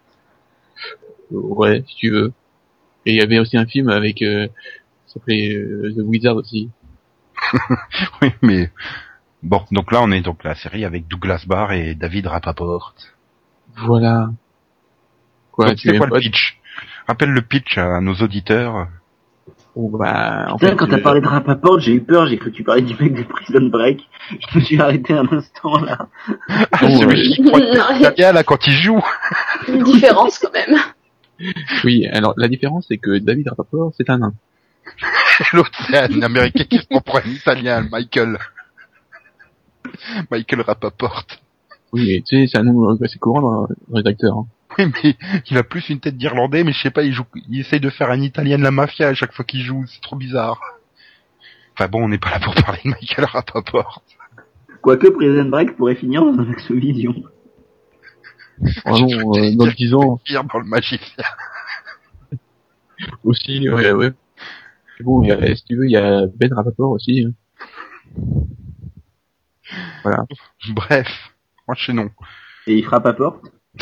Ouais, si tu veux. Et il y avait aussi un film avec, euh, ça s'appelait euh, The Wizard aussi. Oui, mais bon, donc là on est donc la série avec Douglas Barr et David Rappaport. Voilà. Quoi, Donc, tu c'est aimes quoi pas le pitch? Rappelle le pitch à nos auditeurs. Oh, bah, en Putain, fait, quand t'as euh, parlé de Rappaport, j'ai eu peur, j'ai cru que tu parlais du mec de Prison Break. Je me suis arrêté un instant là. Ah, Oh, celui ouais. qui croit Non, que c'est italien là quand il joue. Une différence quand même. oui, alors, la différence, c'est que David Rappaport, c'est un nain. L'autre c'est un américain qui se prend pour un italien, Michael. Michael Rappaport. Oui, mais tu sais, c'est un nom euh, assez courant dans, dans les acteurs, hein. Oui, mais il a plus une tête d'Irlandais, mais je sais pas, il joue, il essaye de faire un italien de la mafia à chaque fois qu'il joue, c'est trop bizarre. Enfin bon, on n'est pas là pour parler de Michael Rappaport. Quoique Prison Break pourrait finir dans un Axovision. Oh non, euh, dans dix ans, Pire dans le magicien. aussi, ouais, ouais. Mais bon, il y a, si tu veux, il y a Ben Rappaport aussi, hein. Voilà. Bref, enchaînons. Et il frappe à porte.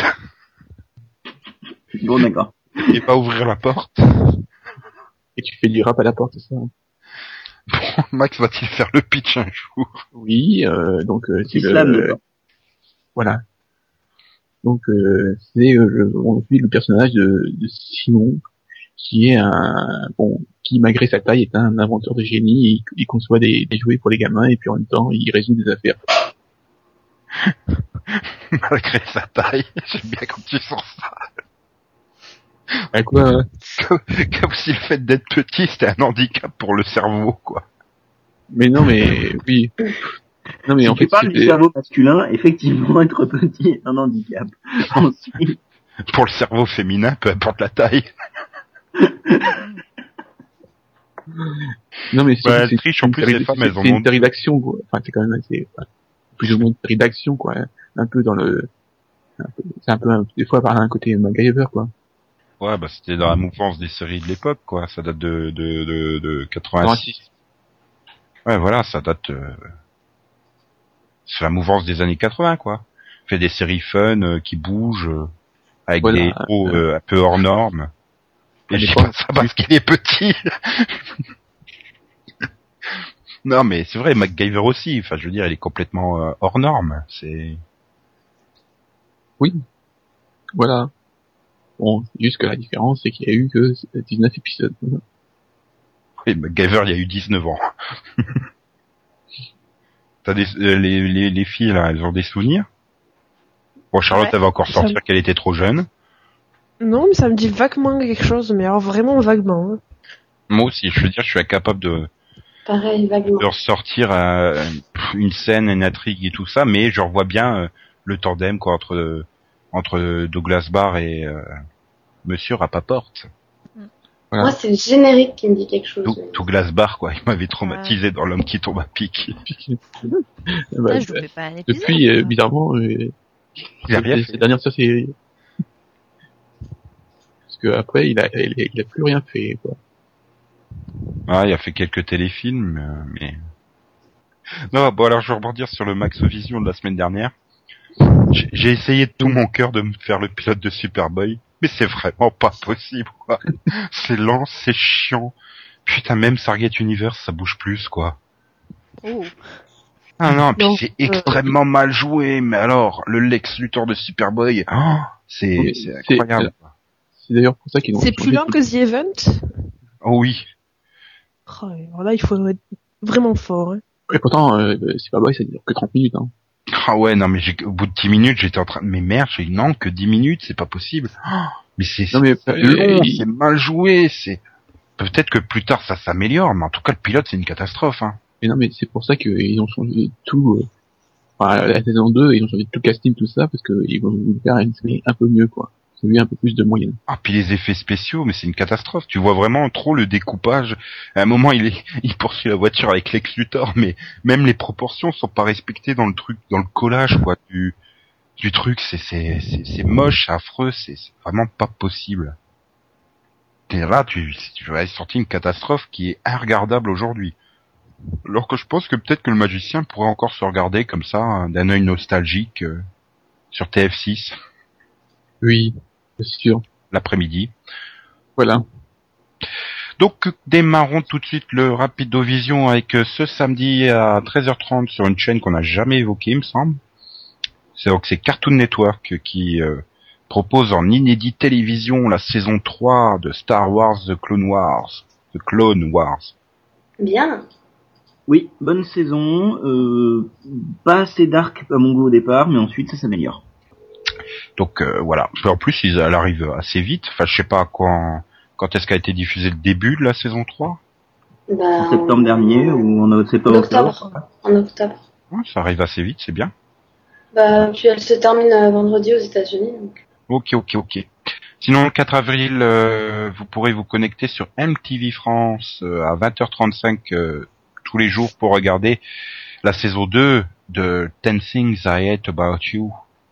Bon, d'accord. Et pas ouvrir la porte. Et tu fais du rap à la porte, c'est ça, hein. Bon, Max va-t-il faire le pitch un jour? Oui, euh, donc, euh, c'est Islam, le, d'accord. voilà. Donc, euh, c'est, euh, le- on suit le personnage de, de Simon, qui est un, bon, qui malgré sa taille est un inventeur de génie, il, il conçoit des, des jouets pour les gamins, et puis en même temps, il résout des affaires. Malgré sa taille, j'aime bien quand tu sens ça. À quoi, euh, Comme, comme si le fait d'être petit c'était un handicap pour le cerveau, quoi. mais non, mais, oui. Non, mais Si en tu fait, parles du c'était- cerveau masculin, effectivement, être petit est un handicap. Ensuite, Pour le cerveau féminin, peu importe la taille. non, mais surtout, Ouais, elles c'est- trichent, en c'est plus, une série- les femmes, c'est- elles en c'est ont- une série d'action, quoi. Enfin, c'est quand même assez, enfin, plus ou moins une série d'action, quoi. Un peu dans le, un peu- c'est un peu, un- des fois, par un côté MacGyver, quoi. Ouais, bah c'était dans la mouvance des séries de l'époque, quoi. Ça date de de de, de quatre-vingt-six. Ouais, voilà, ça date. Euh... C'est la mouvance des années quatre-vingts, quoi. Fait des séries fun euh, qui bougent euh, avec Voilà, des héros euh, euh, un peu hors normes. Et ça je dis dépend. pas ça parce qu'il est petit. Non, mais c'est vrai, MacGyver aussi. Enfin, je veux dire, il est complètement euh, hors norme. C'est. Oui. Voilà. Bon, juste que la différence, c'est qu'il y a eu que dix-neuf épisodes. Oui, MacGyver, il y a eu dix-neuf ans. T'as des, euh, les, les, les filles, là, elles ont des souvenirs? Bon, Charlotte, Ouais. elle va encore Ça sortir me- qu'elle était trop jeune. Non, mais ça me dit vaguement quelque chose, mais alors vraiment vaguement. hein. Moi aussi, je veux dire, je suis incapable de, Pareil, vaguement. de ressortir euh, une scène, une intrigue et tout ça, mais je revois bien euh, le tandem, quoi, entre, entre Douglas Barr et euh, Monsieur Rapaport. Voilà. Moi, c'est le générique qui me dit quelque chose. Dou- mais- Douglas Barr, quoi, il m'avait traumatisé dans L'homme qui tombe à pic. Bah, Ah, je loupais pas un épisode. depuis, euh, quoi. bizarrement, euh, Il a rien ces, fait. ces dernières séries. Parce que après, il a, il a, il a plus rien fait, quoi. Ah, il a fait quelques téléfilms, euh, mais... Non, bon, alors je vais rebondir sur le Max Vision de la semaine dernière. J'ai j'ai essayé de tout mon cœur de me faire le pilote de Superboy, mais c'est vraiment pas possible, quoi. C'est lent, c'est chiant. Putain, même Stargate Universe, ça bouge plus, quoi. Oh. Ah non, puis Donc, c'est euh, extrêmement mal joué, mais alors, le Lex Luthor de Superboy, oh, c'est Oui, c'est c'est- incroyable. C'est d'ailleurs pour ça qu'ils ont C'est plus changé lent tout- que The Event. Oh oui. Oh, alors là, il faudrait être vraiment fort. Hein. Et pourtant, euh, Superboy, ça dure que trente minutes, hein. Ah ouais, non, mais j'ai, au bout de dix minutes, j'étais en train de, mais merde, j'ai dit non, que dix minutes, c'est pas possible. Oh, mais c'est, Non, mais, c'est euh, long, il- c'est mal joué, c'est, peut-être que plus tard ça s'améliore, mais en tout cas, le pilote, c'est une catastrophe, hein. Mais non, mais c'est pour ça qu'ils ont changé tout, euh, enfin, la saison deux, ils ont changé tout le casting, tout ça, parce que ils vont faire une série un peu mieux, quoi. Ils ont eu un peu plus de moyens. Ah, puis les effets spéciaux, mais c'est une catastrophe. Tu vois vraiment trop le découpage. À un moment, il est, il poursuit la voiture avec Lex Luthor, mais même les proportions sont pas respectées dans le truc, dans le collage, quoi, du, du truc. C'est, c'est, c'est, c'est moche, c'est affreux, c'est, c'est vraiment pas possible. Et là, tu, tu vas sortir une catastrophe qui est inregardable aujourd'hui. Alors que je pense que peut-être que le magicien pourrait encore se regarder comme ça, hein, d'un œil nostalgique, euh, sur T F six, Oui, c'est sûr. l'après-midi. Voilà. Donc démarrons tout de suite le Rapidovision avec euh, ce samedi à treize heures trente sur une chaîne qu'on n'a jamais évoquée, il me semble. C'est donc c'est Cartoon Network qui euh, propose en inédit télévision la saison trois de Star Wars The Clone Wars. The Clone Wars. Bien. Oui, bonne saison, euh, pas assez dark à mon goût au départ, mais ensuite ça s'améliore. Donc euh, voilà. En plus, ils- elle arrive assez vite. Enfin, je sais pas quand quand est-ce qu'a été diffusé le début de la saison trois. Bah, En septembre dernier ou en En septembre octobre. En octobre. Ouais, ça arrive assez vite, c'est bien. Bah, puis elle se termine euh, vendredi aux États-Unis. Donc. Ok, ok, ok. Sinon, le quatre avril, euh, vous pourrez vous connecter sur M T V France euh, à vingt heures trente-cinq euh, tous les jours pour regarder la saison deux de Ten Things I Hate About You.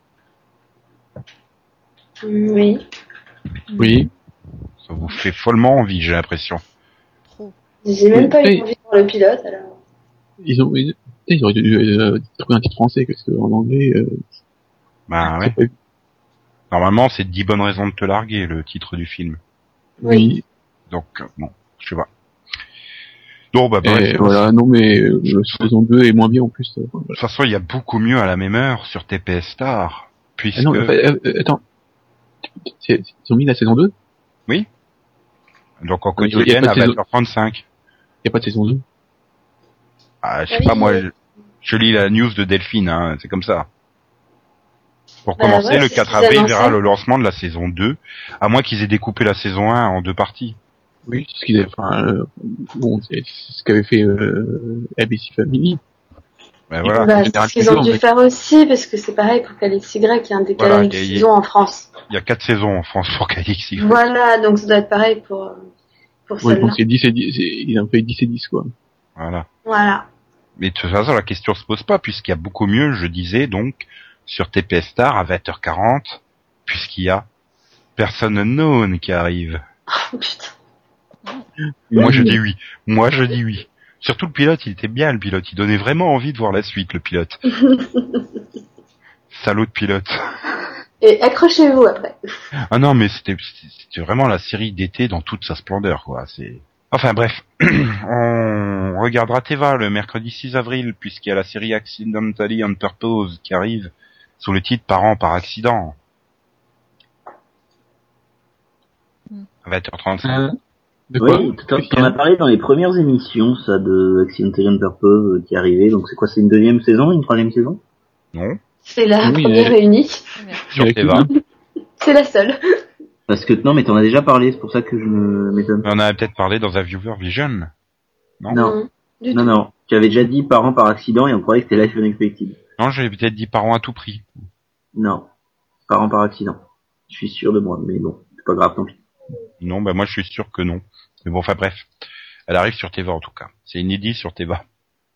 Mm, Oui. Oui. Ça vous fait follement envie, j'ai l'impression. Trop. J'ai même Oui, pas oui. eu envie de voir le pilote, alors. Ils ont, ils, ils auraient dû euh, trouver un titre français, parce qu'en anglais, euh, Ben c'est ouais. pas- Normalement, c'est dix bonnes raisons de te larguer, le titre du film. oui. Donc, euh, bon, je sais pas. Donc, bah, Et bref. voilà, non, mais euh, la saison deux est moins bien en plus. euh, De voilà. toute façon, il y a beaucoup mieux à la même heure sur T P S Star. Puisque... Ah non, enfin, euh, euh, attends. C'est- Ils ont mis la saison deux? Donc, en Il y a quotidienne pas à de saison- vingt heures trente-cinq. Il y a pas de saison deux? Ah, je sais Oui, pas, moi, oui. je, je lis la news de Delphine, hein, c'est comme ça. Pour Bah commencer, ouais, le c'est quatre ce qu'ils avril annonçaient. verra le lancement de la saison deux, à moins qu'ils aient découpé la saison un en deux parties. Oui, c'est ce qu'ils avaient, enfin, euh, bon, c'est c'est ce qu'avait fait, euh, A B C Family. Ben voilà. Bah, en c'est général, ce qu'ils ont toujours, dû mais- faire aussi, parce que c'est pareil pour Calix Y, il y a un décalage Voilà, de il y a- il y a- saison en France. Il y a quatre saisons en France pour K X Y. Voilà, donc ça doit être pareil pour, euh, pour Ouais, je celle-là. pense que c'est dix et dix, c'est- ils ont fait dix et dix, quoi. Voilà. Voilà. Mais de toute façon, la question se pose pas, puisqu'il y a beaucoup mieux, je disais, donc, sur T P S Star à vingt heures quarante, puisqu'il y a Person Unknown qui arrive. Oh, putain. Moi, Oui. je dis oui. Moi, je dis oui. Surtout le pilote, il était bien, le pilote. Il donnait vraiment envie de voir la suite, le pilote. Salaud de pilote. Et accrochez-vous après. Ah non, mais c'était, c'était vraiment la série d'été dans toute sa splendeur, quoi. C'est, Enfin bref, on regardera Teva le mercredi six avril, puisqu'il y a la série Accidentally on Purpose qui arrive sous le titre Parents par accident. À vingt heures trente-cinq. Hein de quoi Oui, t'en t'en as parlé dans les premières émissions, ça, de Accidentally on Purpose euh, qui est arrivé. Donc c'est quoi, c'est une deuxième saison, une troisième saison? Non, C'est la Oui, première mais- et unique. sur Avec Teva. le- C'est la seule. Parce que non, mais t'en as déjà parlé, c'est pour ça que je me m'étonne. On en a peut-être parlé dans un Viewer Vision. Non, Non. Du Non, tout. non, tu avais déjà dit parents par accident et on croyait que c'était Life Unexpected. non, j'ai peut-être dit Parents à tout prix. Non, parents par accident. Je suis sûr de moi, mais bon, c'est pas grave, tant pis. Non, bah moi je suis sûr que non. Mais bon, enfin bref. Elle arrive sur Teva en tout cas. C'est inédit sur Teva.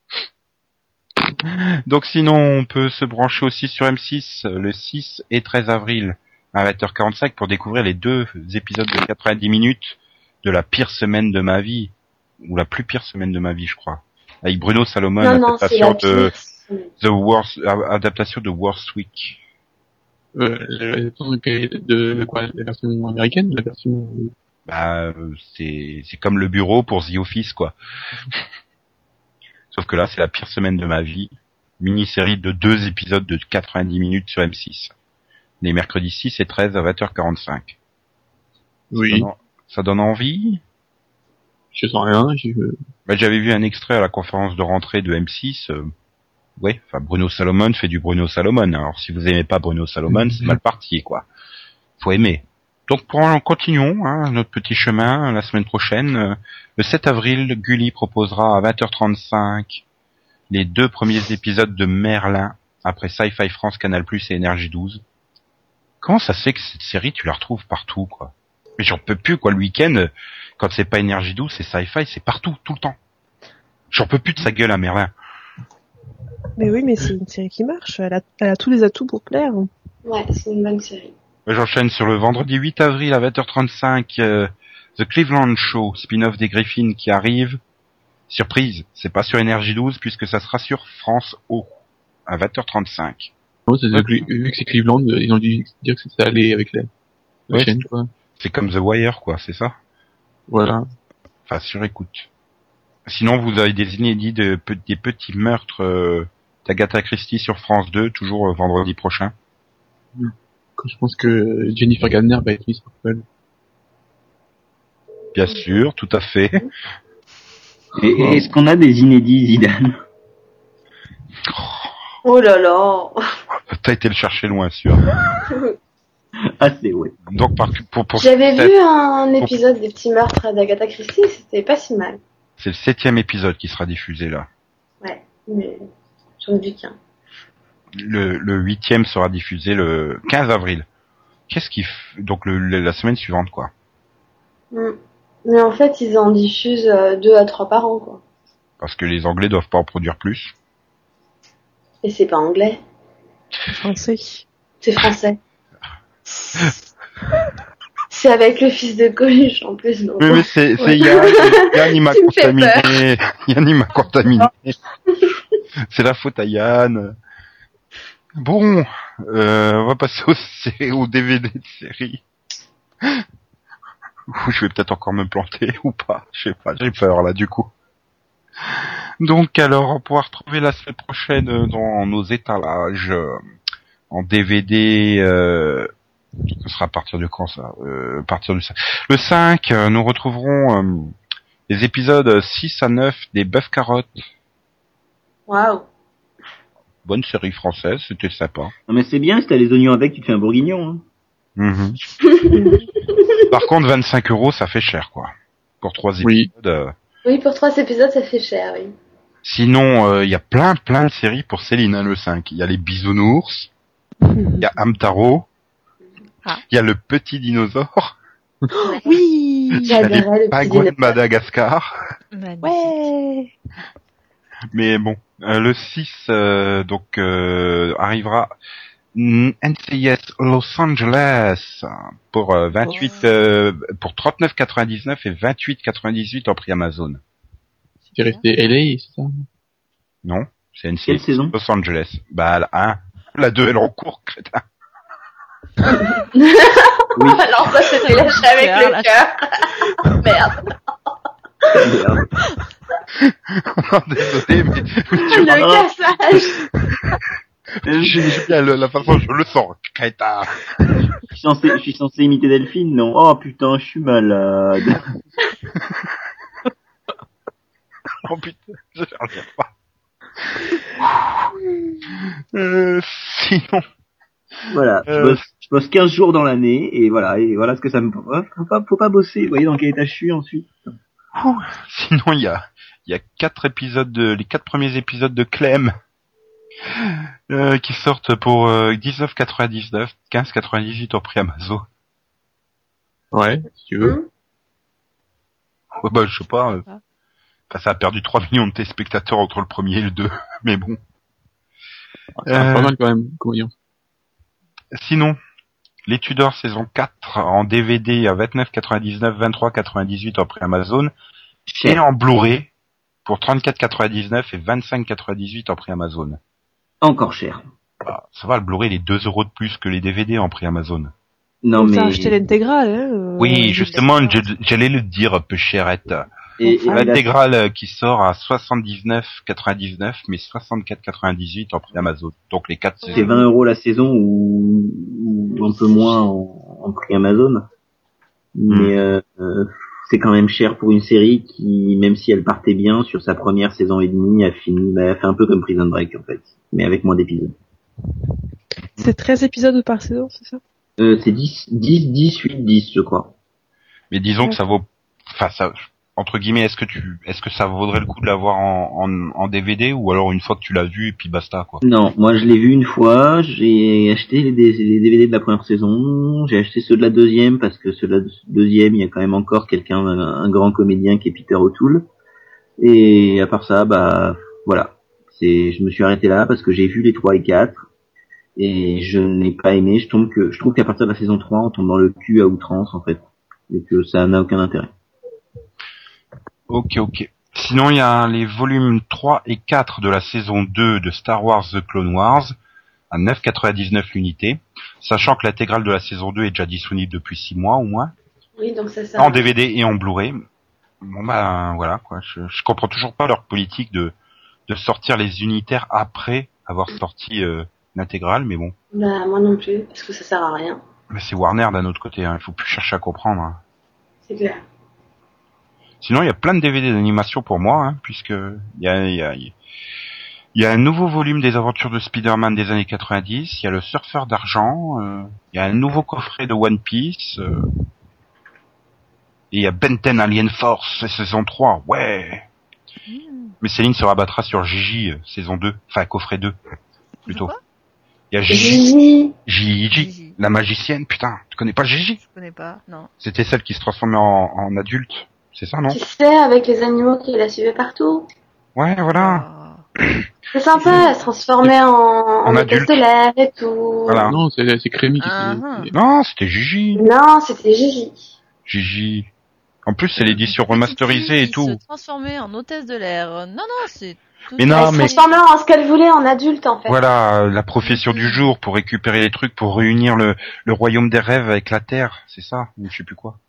Donc sinon, on peut se brancher aussi sur M six le six et treize avril à vingt heures quarante-cinq pour découvrir les deux épisodes de quatre-vingt-dix minutes de la pire semaine de ma vie. Ou la plus pire semaine de ma vie, je crois. Avec Bruno Salomon, Non, non, c'est adaptation la de pire semaine. The Worst, adaptation de Worst Week. Euh, la version de, de quoi, la version américaine, la version. Bah, euh, c'est c'est comme le bureau pour The Office, quoi. Sauf que là, c'est la pire semaine de ma vie. Mini-série de deux épisodes de quatre-vingt-dix minutes sur M six. Les mercredis six et treize à vingt heures quarante-cinq. Oui. Ça donne, ça donne envie. Je sens rien. Je... Bah, j'avais vu un extrait à la conférence de rentrée de M six. Euh, ouais, enfin Bruno Salomon fait du Bruno Salomon. Alors si vous aimez pas Bruno Salomon, c'est mal parti, quoi. Faut aimer. Donc pour continuons hein, notre petit chemin la semaine prochaine. Euh, le sept avril, Gulli proposera à vingt heures trente-cinq les deux premiers épisodes de Merlin après Sci-Fi France, Canal plus et Énergie douze. Comment ça se fait que cette série tu la retrouves partout, quoi? Mais j'en peux plus, quoi. Le week-end, quand c'est pas Énergie douze, c'est Sci-Fi, c'est partout, tout le temps. J'en peux plus de sa gueule à Merlin. Mais oui, mais c'est une série qui marche. Elle a, elle a tous les atouts pour plaire. Ouais, c'est une bonne série. J'enchaîne sur le vendredi huit avril à vingt heures trente-cinq, euh, The Cleveland Show, spin-off des Griffins qui arrive. Surprise, c'est pas sur Énergie douze puisque ça sera sur France O à vingt heures trente-cinq. Oh, c'est, vu que c'est Cleveland, ils ont dû dire que ça allait avec la, la Ouais, chaîne, quoi. C'est comme The Wire, quoi, c'est ça? Voilà. Enfin, sur écoute. Sinon, vous avez des inédits de pe- des petits meurtres euh, d'Agatha Christie sur France deux, toujours euh, vendredi prochain. Je pense que Jennifer Garner va être mise sur Apple. Bien sûr, tout à fait. Et, et est-ce qu'on a des inédits, Zidane? Oh là là. T'as été le chercher loin, sûr. Ah, c'est ouais. Donc, par, pour, pour J'avais cette- vu un épisode des petits meurtres d'Agatha Christie, c'était pas si mal. c'est le septième épisode qui sera diffusé là. Ouais, mais j'en ai vu qu'un. Le, le huitième sera diffusé le quinze avril. Qu'est-ce qu'il f... donc le, le- la semaine suivante, quoi. Mm. Mais en fait, ils en diffusent euh, deux à trois par an, quoi. Parce que les Anglais doivent pas en produire plus. Et c'est pas anglais, Français. c'est français. C'est avec le fils de Coluche en plus, donc. Mais, mais c'est, c'est Ouais. Yann, Yann il m'a Tu me fais contaminé. Yann il m'a contaminé. C'est la faute à Yann. Bon, euh, on va passer au, sé- au D V D de série. Ouh, je vais peut-être encore me planter ou pas. Je sais pas, j'ai peur là du coup. Donc alors, on va pouvoir retrouver la semaine prochaine euh, dans nos étalages euh, en D V D. Euh, ce sera à partir de quand ça euh, À partir du le cinq, euh, nous retrouverons euh, les épisodes six à neuf des Bœuf Carottes. Waouh. Bonne série française, c'était sympa. Non, mais c'est bien, si t'as les oignons avec, tu te fais un bourguignon, hein. Mhm. Par contre, vingt-cinq euros, ça fait cher, quoi. Pour trois Oui. épisodes. euh. Oui, pour trois épisodes, ça fait cher, oui. Sinon, il euh, y a plein, plein de séries pour Céline, hein, le cinq. Il y a les Bisounours, il y a Hamtaro, il Ah. y a le petit dinosaure, Oui. il y a les J'adorais le petit pingouins de dinosaure. Madagascar. Magnifique. Ouais. Mais bon, euh, le six, euh, donc, euh, arrivera mm, N C I S Los Angeles pour euh, vingt-huit, Oh. euh, pour trente-neuf quatre-vingt-dix-neuf et vingt-huit quatre-vingt-dix-huit en prix Amazon. C'est resté L A, c'est ça? Non, c'est N C I Quelle S saison? Los Angeles. Bah, la un, la deux, elle est en cours, crétin. Oui. Alors ça, c'était lâché avec Cœur, le cœur. Merde. Merde. Non, désolé, mais tu Le cassage. j'ai j'ai bien le- la façon dont je le sens. Kaita. Je suis censé, je suis censé imiter Delphine, non? Oh putain, je suis malade. Oh putain, je reviens pas. Euh, sinon, Voilà, je Euh. bosse, je bosse quinze jours dans l'année, et voilà, et voilà ce que ça me... Faut pas, faut pas bosser, vous voyez dans quel état je suis ensuite. sinon il y a, il y a quatre épisodes de, les quatre premiers épisodes de Clem, euh, qui sortent pour euh, dix-neuf quatre-vingt-dix-neuf, quinze quatre-vingt-dix-huit au prix Amazon. Ouais, si tu veux. Ouais, bah, je sais pas, euh, enfin, ça a perdu trois millions de téléspectateurs entre le premier et le deux, mais bon. C'est Euh. pas mal quand même, comme audience. Sinon, les Tudors saison quatre en D V D à vingt-neuf quatre-vingt-dix-neuf, vingt-trois quatre-vingt-dix-huit au prix Amazon, et Cher. en Blu-ray pour trente-quatre quatre-vingt-dix-neuf et vingt-cinq quatre-vingt-dix-huit au prix Amazon. Encore cher. Ah, ça va, le Blu-ray, il est deux euros de plus que les D V D en prix Amazon. Non On mais... t'a acheté l'intégrale, hein. euh, Oui, euh, justement, je- j'allais le dire, peu chérette. Et, et la- L'intégrale euh, qui sort à soixante-dix-neuf quatre-vingt-dix-neuf, mais soixante-quatre quatre-vingt-dix-huit en prix Amazon. Donc les quatre c'est saisons. vingt euros la saison ou, ou un peu moins en, en prix Amazon. Mais euh, euh, c'est quand même cher pour une série qui, même si elle partait bien sur sa première saison et demie, a fini, bah, elle fait un peu comme Prison Break en fait, mais avec moins d'épisodes. C'est treize épisodes par saison, c'est ça? Euh, c'est dix, dix, dix, huit, dix, je crois. Mais disons que ça vaut, enfin ça, entre guillemets, est-ce que tu, est-ce que ça vaudrait le coup de l'avoir en, en, en D V D ou alors une fois que tu l'as vu et puis basta quoi. Non, moi je l'ai vu une fois, j'ai acheté les, D- les D V D de la première saison, j'ai acheté ceux de la deuxième parce que ceux de la deuxième, il y a quand même encore quelqu'un, un, un grand comédien qui est Peter O'Toole. Et à part ça, bah voilà, c'est, je me suis arrêté là parce que j'ai vu les trois et quatre et je n'ai pas aimé. Je trouve que je trouve qu'à partir de la saison trois, on tombe dans le cul à outrance en fait, et que ça n'a aucun intérêt. Ok, ok. Sinon, il y a les volumes trois et quatre de la saison deux de Star Wars The Clone Wars à neuf quatre-vingt-dix-neuf l'unité, sachant que l'intégrale de la saison deux est déjà disponible depuis six mois au moins, Oui, donc ça sert. en D V D et en Blu-ray. Bon bah voilà quoi, je, je comprends toujours pas leur politique de de sortir les unitaires après avoir sorti euh, l'intégrale, mais bon. Bah, moi non plus, parce que ça sert à rien. Mais c'est Warner d'un autre côté, hein. Il faut plus chercher à comprendre. Hein. C'est clair. Sinon, il y a plein de D V D d'animation pour moi, hein, puisque il y a, il y a, il y a un nouveau volume des aventures de Spider-Man des années quatre-vingt-dix, il y a le Surfeur d'argent, euh, il y a un nouveau coffret de One Piece, euh, et il y a Ben ten Alien Force, saison trois, ouais. Mais Céline se rabattra sur Gigi, euh, saison deux, enfin coffret deux, plutôt. Quoi Il y a Gigi, Gigi. Gigi, Gigi. la magicienne, putain, tu connais pas Gigi? Je connais pas, non. C'était celle qui se transformait en, en adulte, c'est ça, non? Tu sais, avec les animaux qui la suivaient partout. Ouais, voilà. Oh. C'est sympa, elle se transformait en, en, En hôtesse adulte. de l'air et tout. Voilà. Non, c'est, c'est Crémy qui Ah, faisait- Non, c'était Gigi. Non, c'était Gigi. Gigi. En plus, c'est l'édition remasterisée et Qui tout. se transformait en hôtesse de l'air. Non, non, c'est... tout Mais ça. non, elle se mais- transformait en ce qu'elle voulait en adulte, en fait. Voilà, euh, la profession du jour pour récupérer les trucs, pour réunir le, le royaume des rêves avec la terre, c'est ça, ou je sais plus quoi.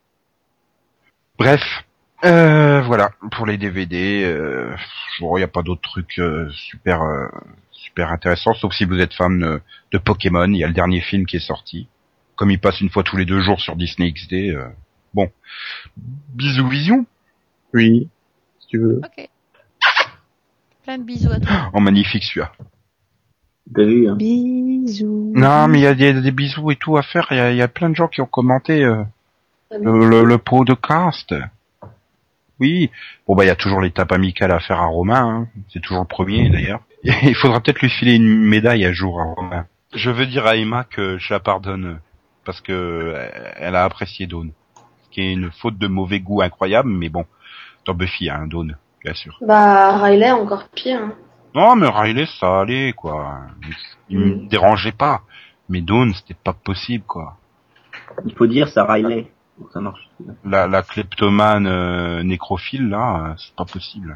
Bref, euh, voilà, pour les D V D, euh, il n'y a pas d'autres trucs euh, super euh, super intéressants, sauf si vous êtes fan euh, de Pokémon, il y a le dernier film qui est sorti. Comme il passe une fois tous les deux jours sur Disney X D, euh, bon. Bisous Vision, Oui, si tu veux. Ok. Plein de bisous à toi. en magnifique celui-là. T'as vu, hein? Bisous. Non, mais il y a des, des bisous et tout à faire, il y a, il y a plein de gens qui ont commenté... Euh, Le, le, le podcast. Oui. Bon bah il y a toujours l'étape amicale à faire à Romain. Hein. C'est toujours le premier d'ailleurs. Il faudra peut-être lui filer une médaille à jour à Romain. Je veux dire à Emma que je la pardonne parce que elle a apprécié Dawn, ce qui est une faute de mauvais goût incroyable, mais bon, dans Buffy, hein, Dawn, bien sûr. Bah, Riley, encore pire. Hein. Non mais Riley ça allait quoi. Il me Mm. dérangeait pas, mais Dawn c'était pas possible quoi. Il faut dire ça Riley. Donc ça marche. La, la kleptomane euh, nécrophile là, euh, c'est pas possible.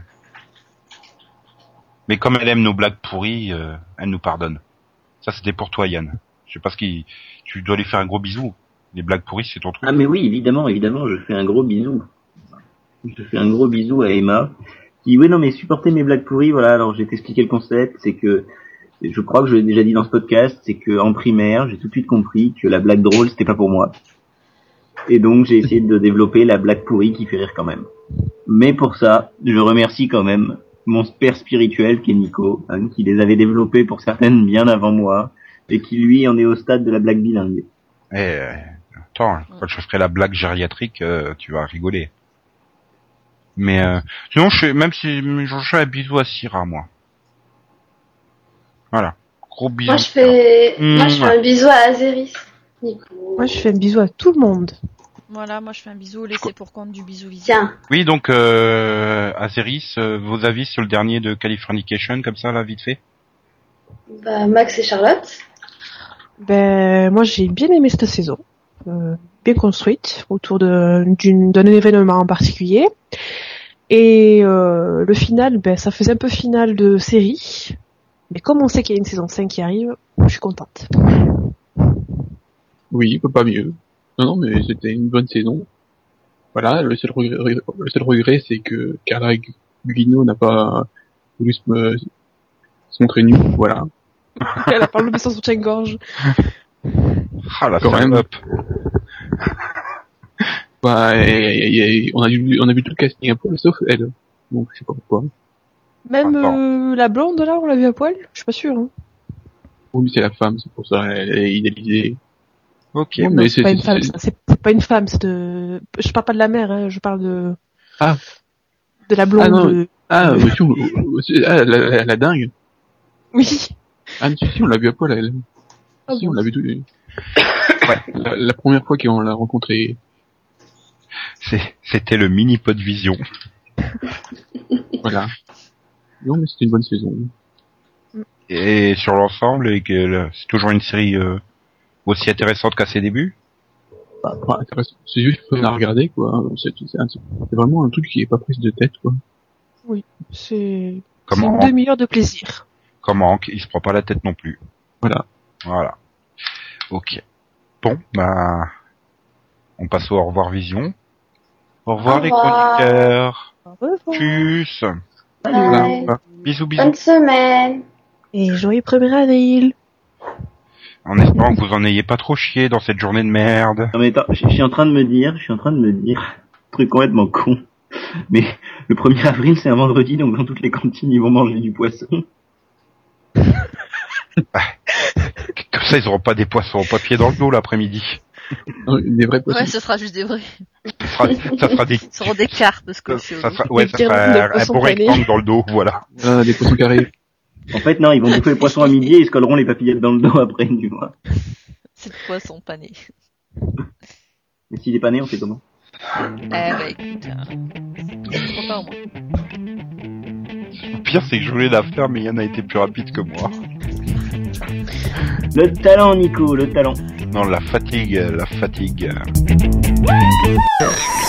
Mais comme elle aime nos blagues pourries, euh, elle nous pardonne. Ça c'était pour toi Yann. Je sais pas ce qui, tu dois lui faire un gros bisou. Les blagues pourries c'est ton truc. Ah mais oui, évidemment, évidemment, je fais un gros bisou. Je fais un gros bisou à Emma. Qui, oui, non, mais supporter mes blagues pourries, voilà, alors je vais t'expliquer le concept, c'est que, je crois que je l'ai déjà dit dans ce podcast, c'est que en primaire, j'ai tout de suite compris que la blague drôle, c'était pas pour moi. Et donc, j'ai essayé de développer la blague pourrie qui fait rire quand même. Mais pour ça, je remercie quand même mon père spirituel qui est Nico, hein, qui les avait développés pour certaines bien avant moi, et qui lui en est au stade de la blague bilingue. Eh, euh, attends, quand je ferai la blague gériatrique, euh, tu vas rigoler. Mais euh, sinon, je fais, même si je fais un bisou à Syrah, moi. Voilà, gros bisou. Moi je fais, Mmh, moi je fais ouais. un bisou à Azeris. Nico. Moi, je fais un bisou à tout le monde. Voilà, moi je fais un bisou laissé pour compte du bisou visible. Tiens, Oui, donc euh, Azeris, euh, vos avis sur le dernier de Californication, comme ça, là, vite fait. bah, Max et Charlotte. Ben, moi, j'ai bien aimé cette saison. Euh, bien construite, autour de, d'une, d'un événement en particulier. Et euh, le final, ben, ça faisait un peu final de série. Mais comme on sait qu'il y a une saison cinq qui arrive, je suis contente. Oui, pas mieux. Non, non, mais c'était une bonne saison. Voilà, le seul regret, le seul regret, c'est que Carla Gugino n'a pas voulu se, me- se montrer nue, voilà. Elle a pas enlevé son soutien-gorge. Ah, la Quand même. salope. Bah, et- et- et- on a vu, on a vu tout le casting à poil, sauf elle. Donc, je sais pas pourquoi. Même Attends. euh, la blonde, là, on l'a vue à poil. Je suis pas sûre. Hein. Oui, mais c'est la femme, c'est pour ça, elle est idéalisée. Ok. Non, Non, mais c'est c'est, pas une c'est- femme, c'est- ça. C'est, c'est pas une femme, c'est de... Je parle pas de la mère, hein, je parle de... Ah. De la blonde. Ah, non. de- Ah, mais si, on- on- c'est- ah, la, la, la dingue. Oui. Ah, mais si, si, on l'a vu à poil, elle. Ah Si, bon. on l'a vu tout. Ouais. La, la première fois qu'on l'a rencontrée. C'est- C'était le mini pod vision. Voilà. Non, mais c'était une bonne saison. Et sur l'ensemble, et que le- c'est toujours une série euh, aussi intéressante qu'à ses débuts. Bah, bah, intéressant. C'est juste fun à regarder, quoi. C'est, c'est, un- c'est vraiment un truc qui est pas prise de tête, quoi. C'est... Comment C'est une demi-heure de plaisir. Comme Hank, il se prend pas la tête non plus. Voilà. Voilà. Ok. Bon, bah, on passe au au revoir vision. Au revoir Au les revoir. chroniqueurs. Au revoir. Tchuss. Bye. Voilà. Bisous, bisous. Bonne semaine. Et joyeux premier avril. En espérant que vous en ayez pas trop chié dans cette journée de merde. Non mais attends, je je suis en train de me dire, je suis en train de me dire, un truc complètement con. Mais le premier avril c'est un vendredi, donc dans toutes les cantines ils vont manger du poisson. Comme ça, ils auront pas des poissons au papier dans le dos l'après-midi. Non, Des vrais poissons. Ouais, ce sera juste des vrais. Ça sera, ça sera des... Ce seront des cartes de Ça, scotch. ça sera, ouais, ça Des sera guirlandes de un, un poissons bon panés. rectangle dans le dos, voilà. Voilà, des poissons carrés. En fait non, ils vont bouffer le poisson à midi et ils se colleront les papillettes dans le dos après, tu vois. C'est le poisson pané. Mais s'il est pas né, on fait comment? Eh bah écoute, euh, ils ne seront pas au moins. Le pire, c'est que je voulais la faire, mais Yann a été plus rapide que moi. Le talent Nico, le talent. Non, la fatigue, la fatigue.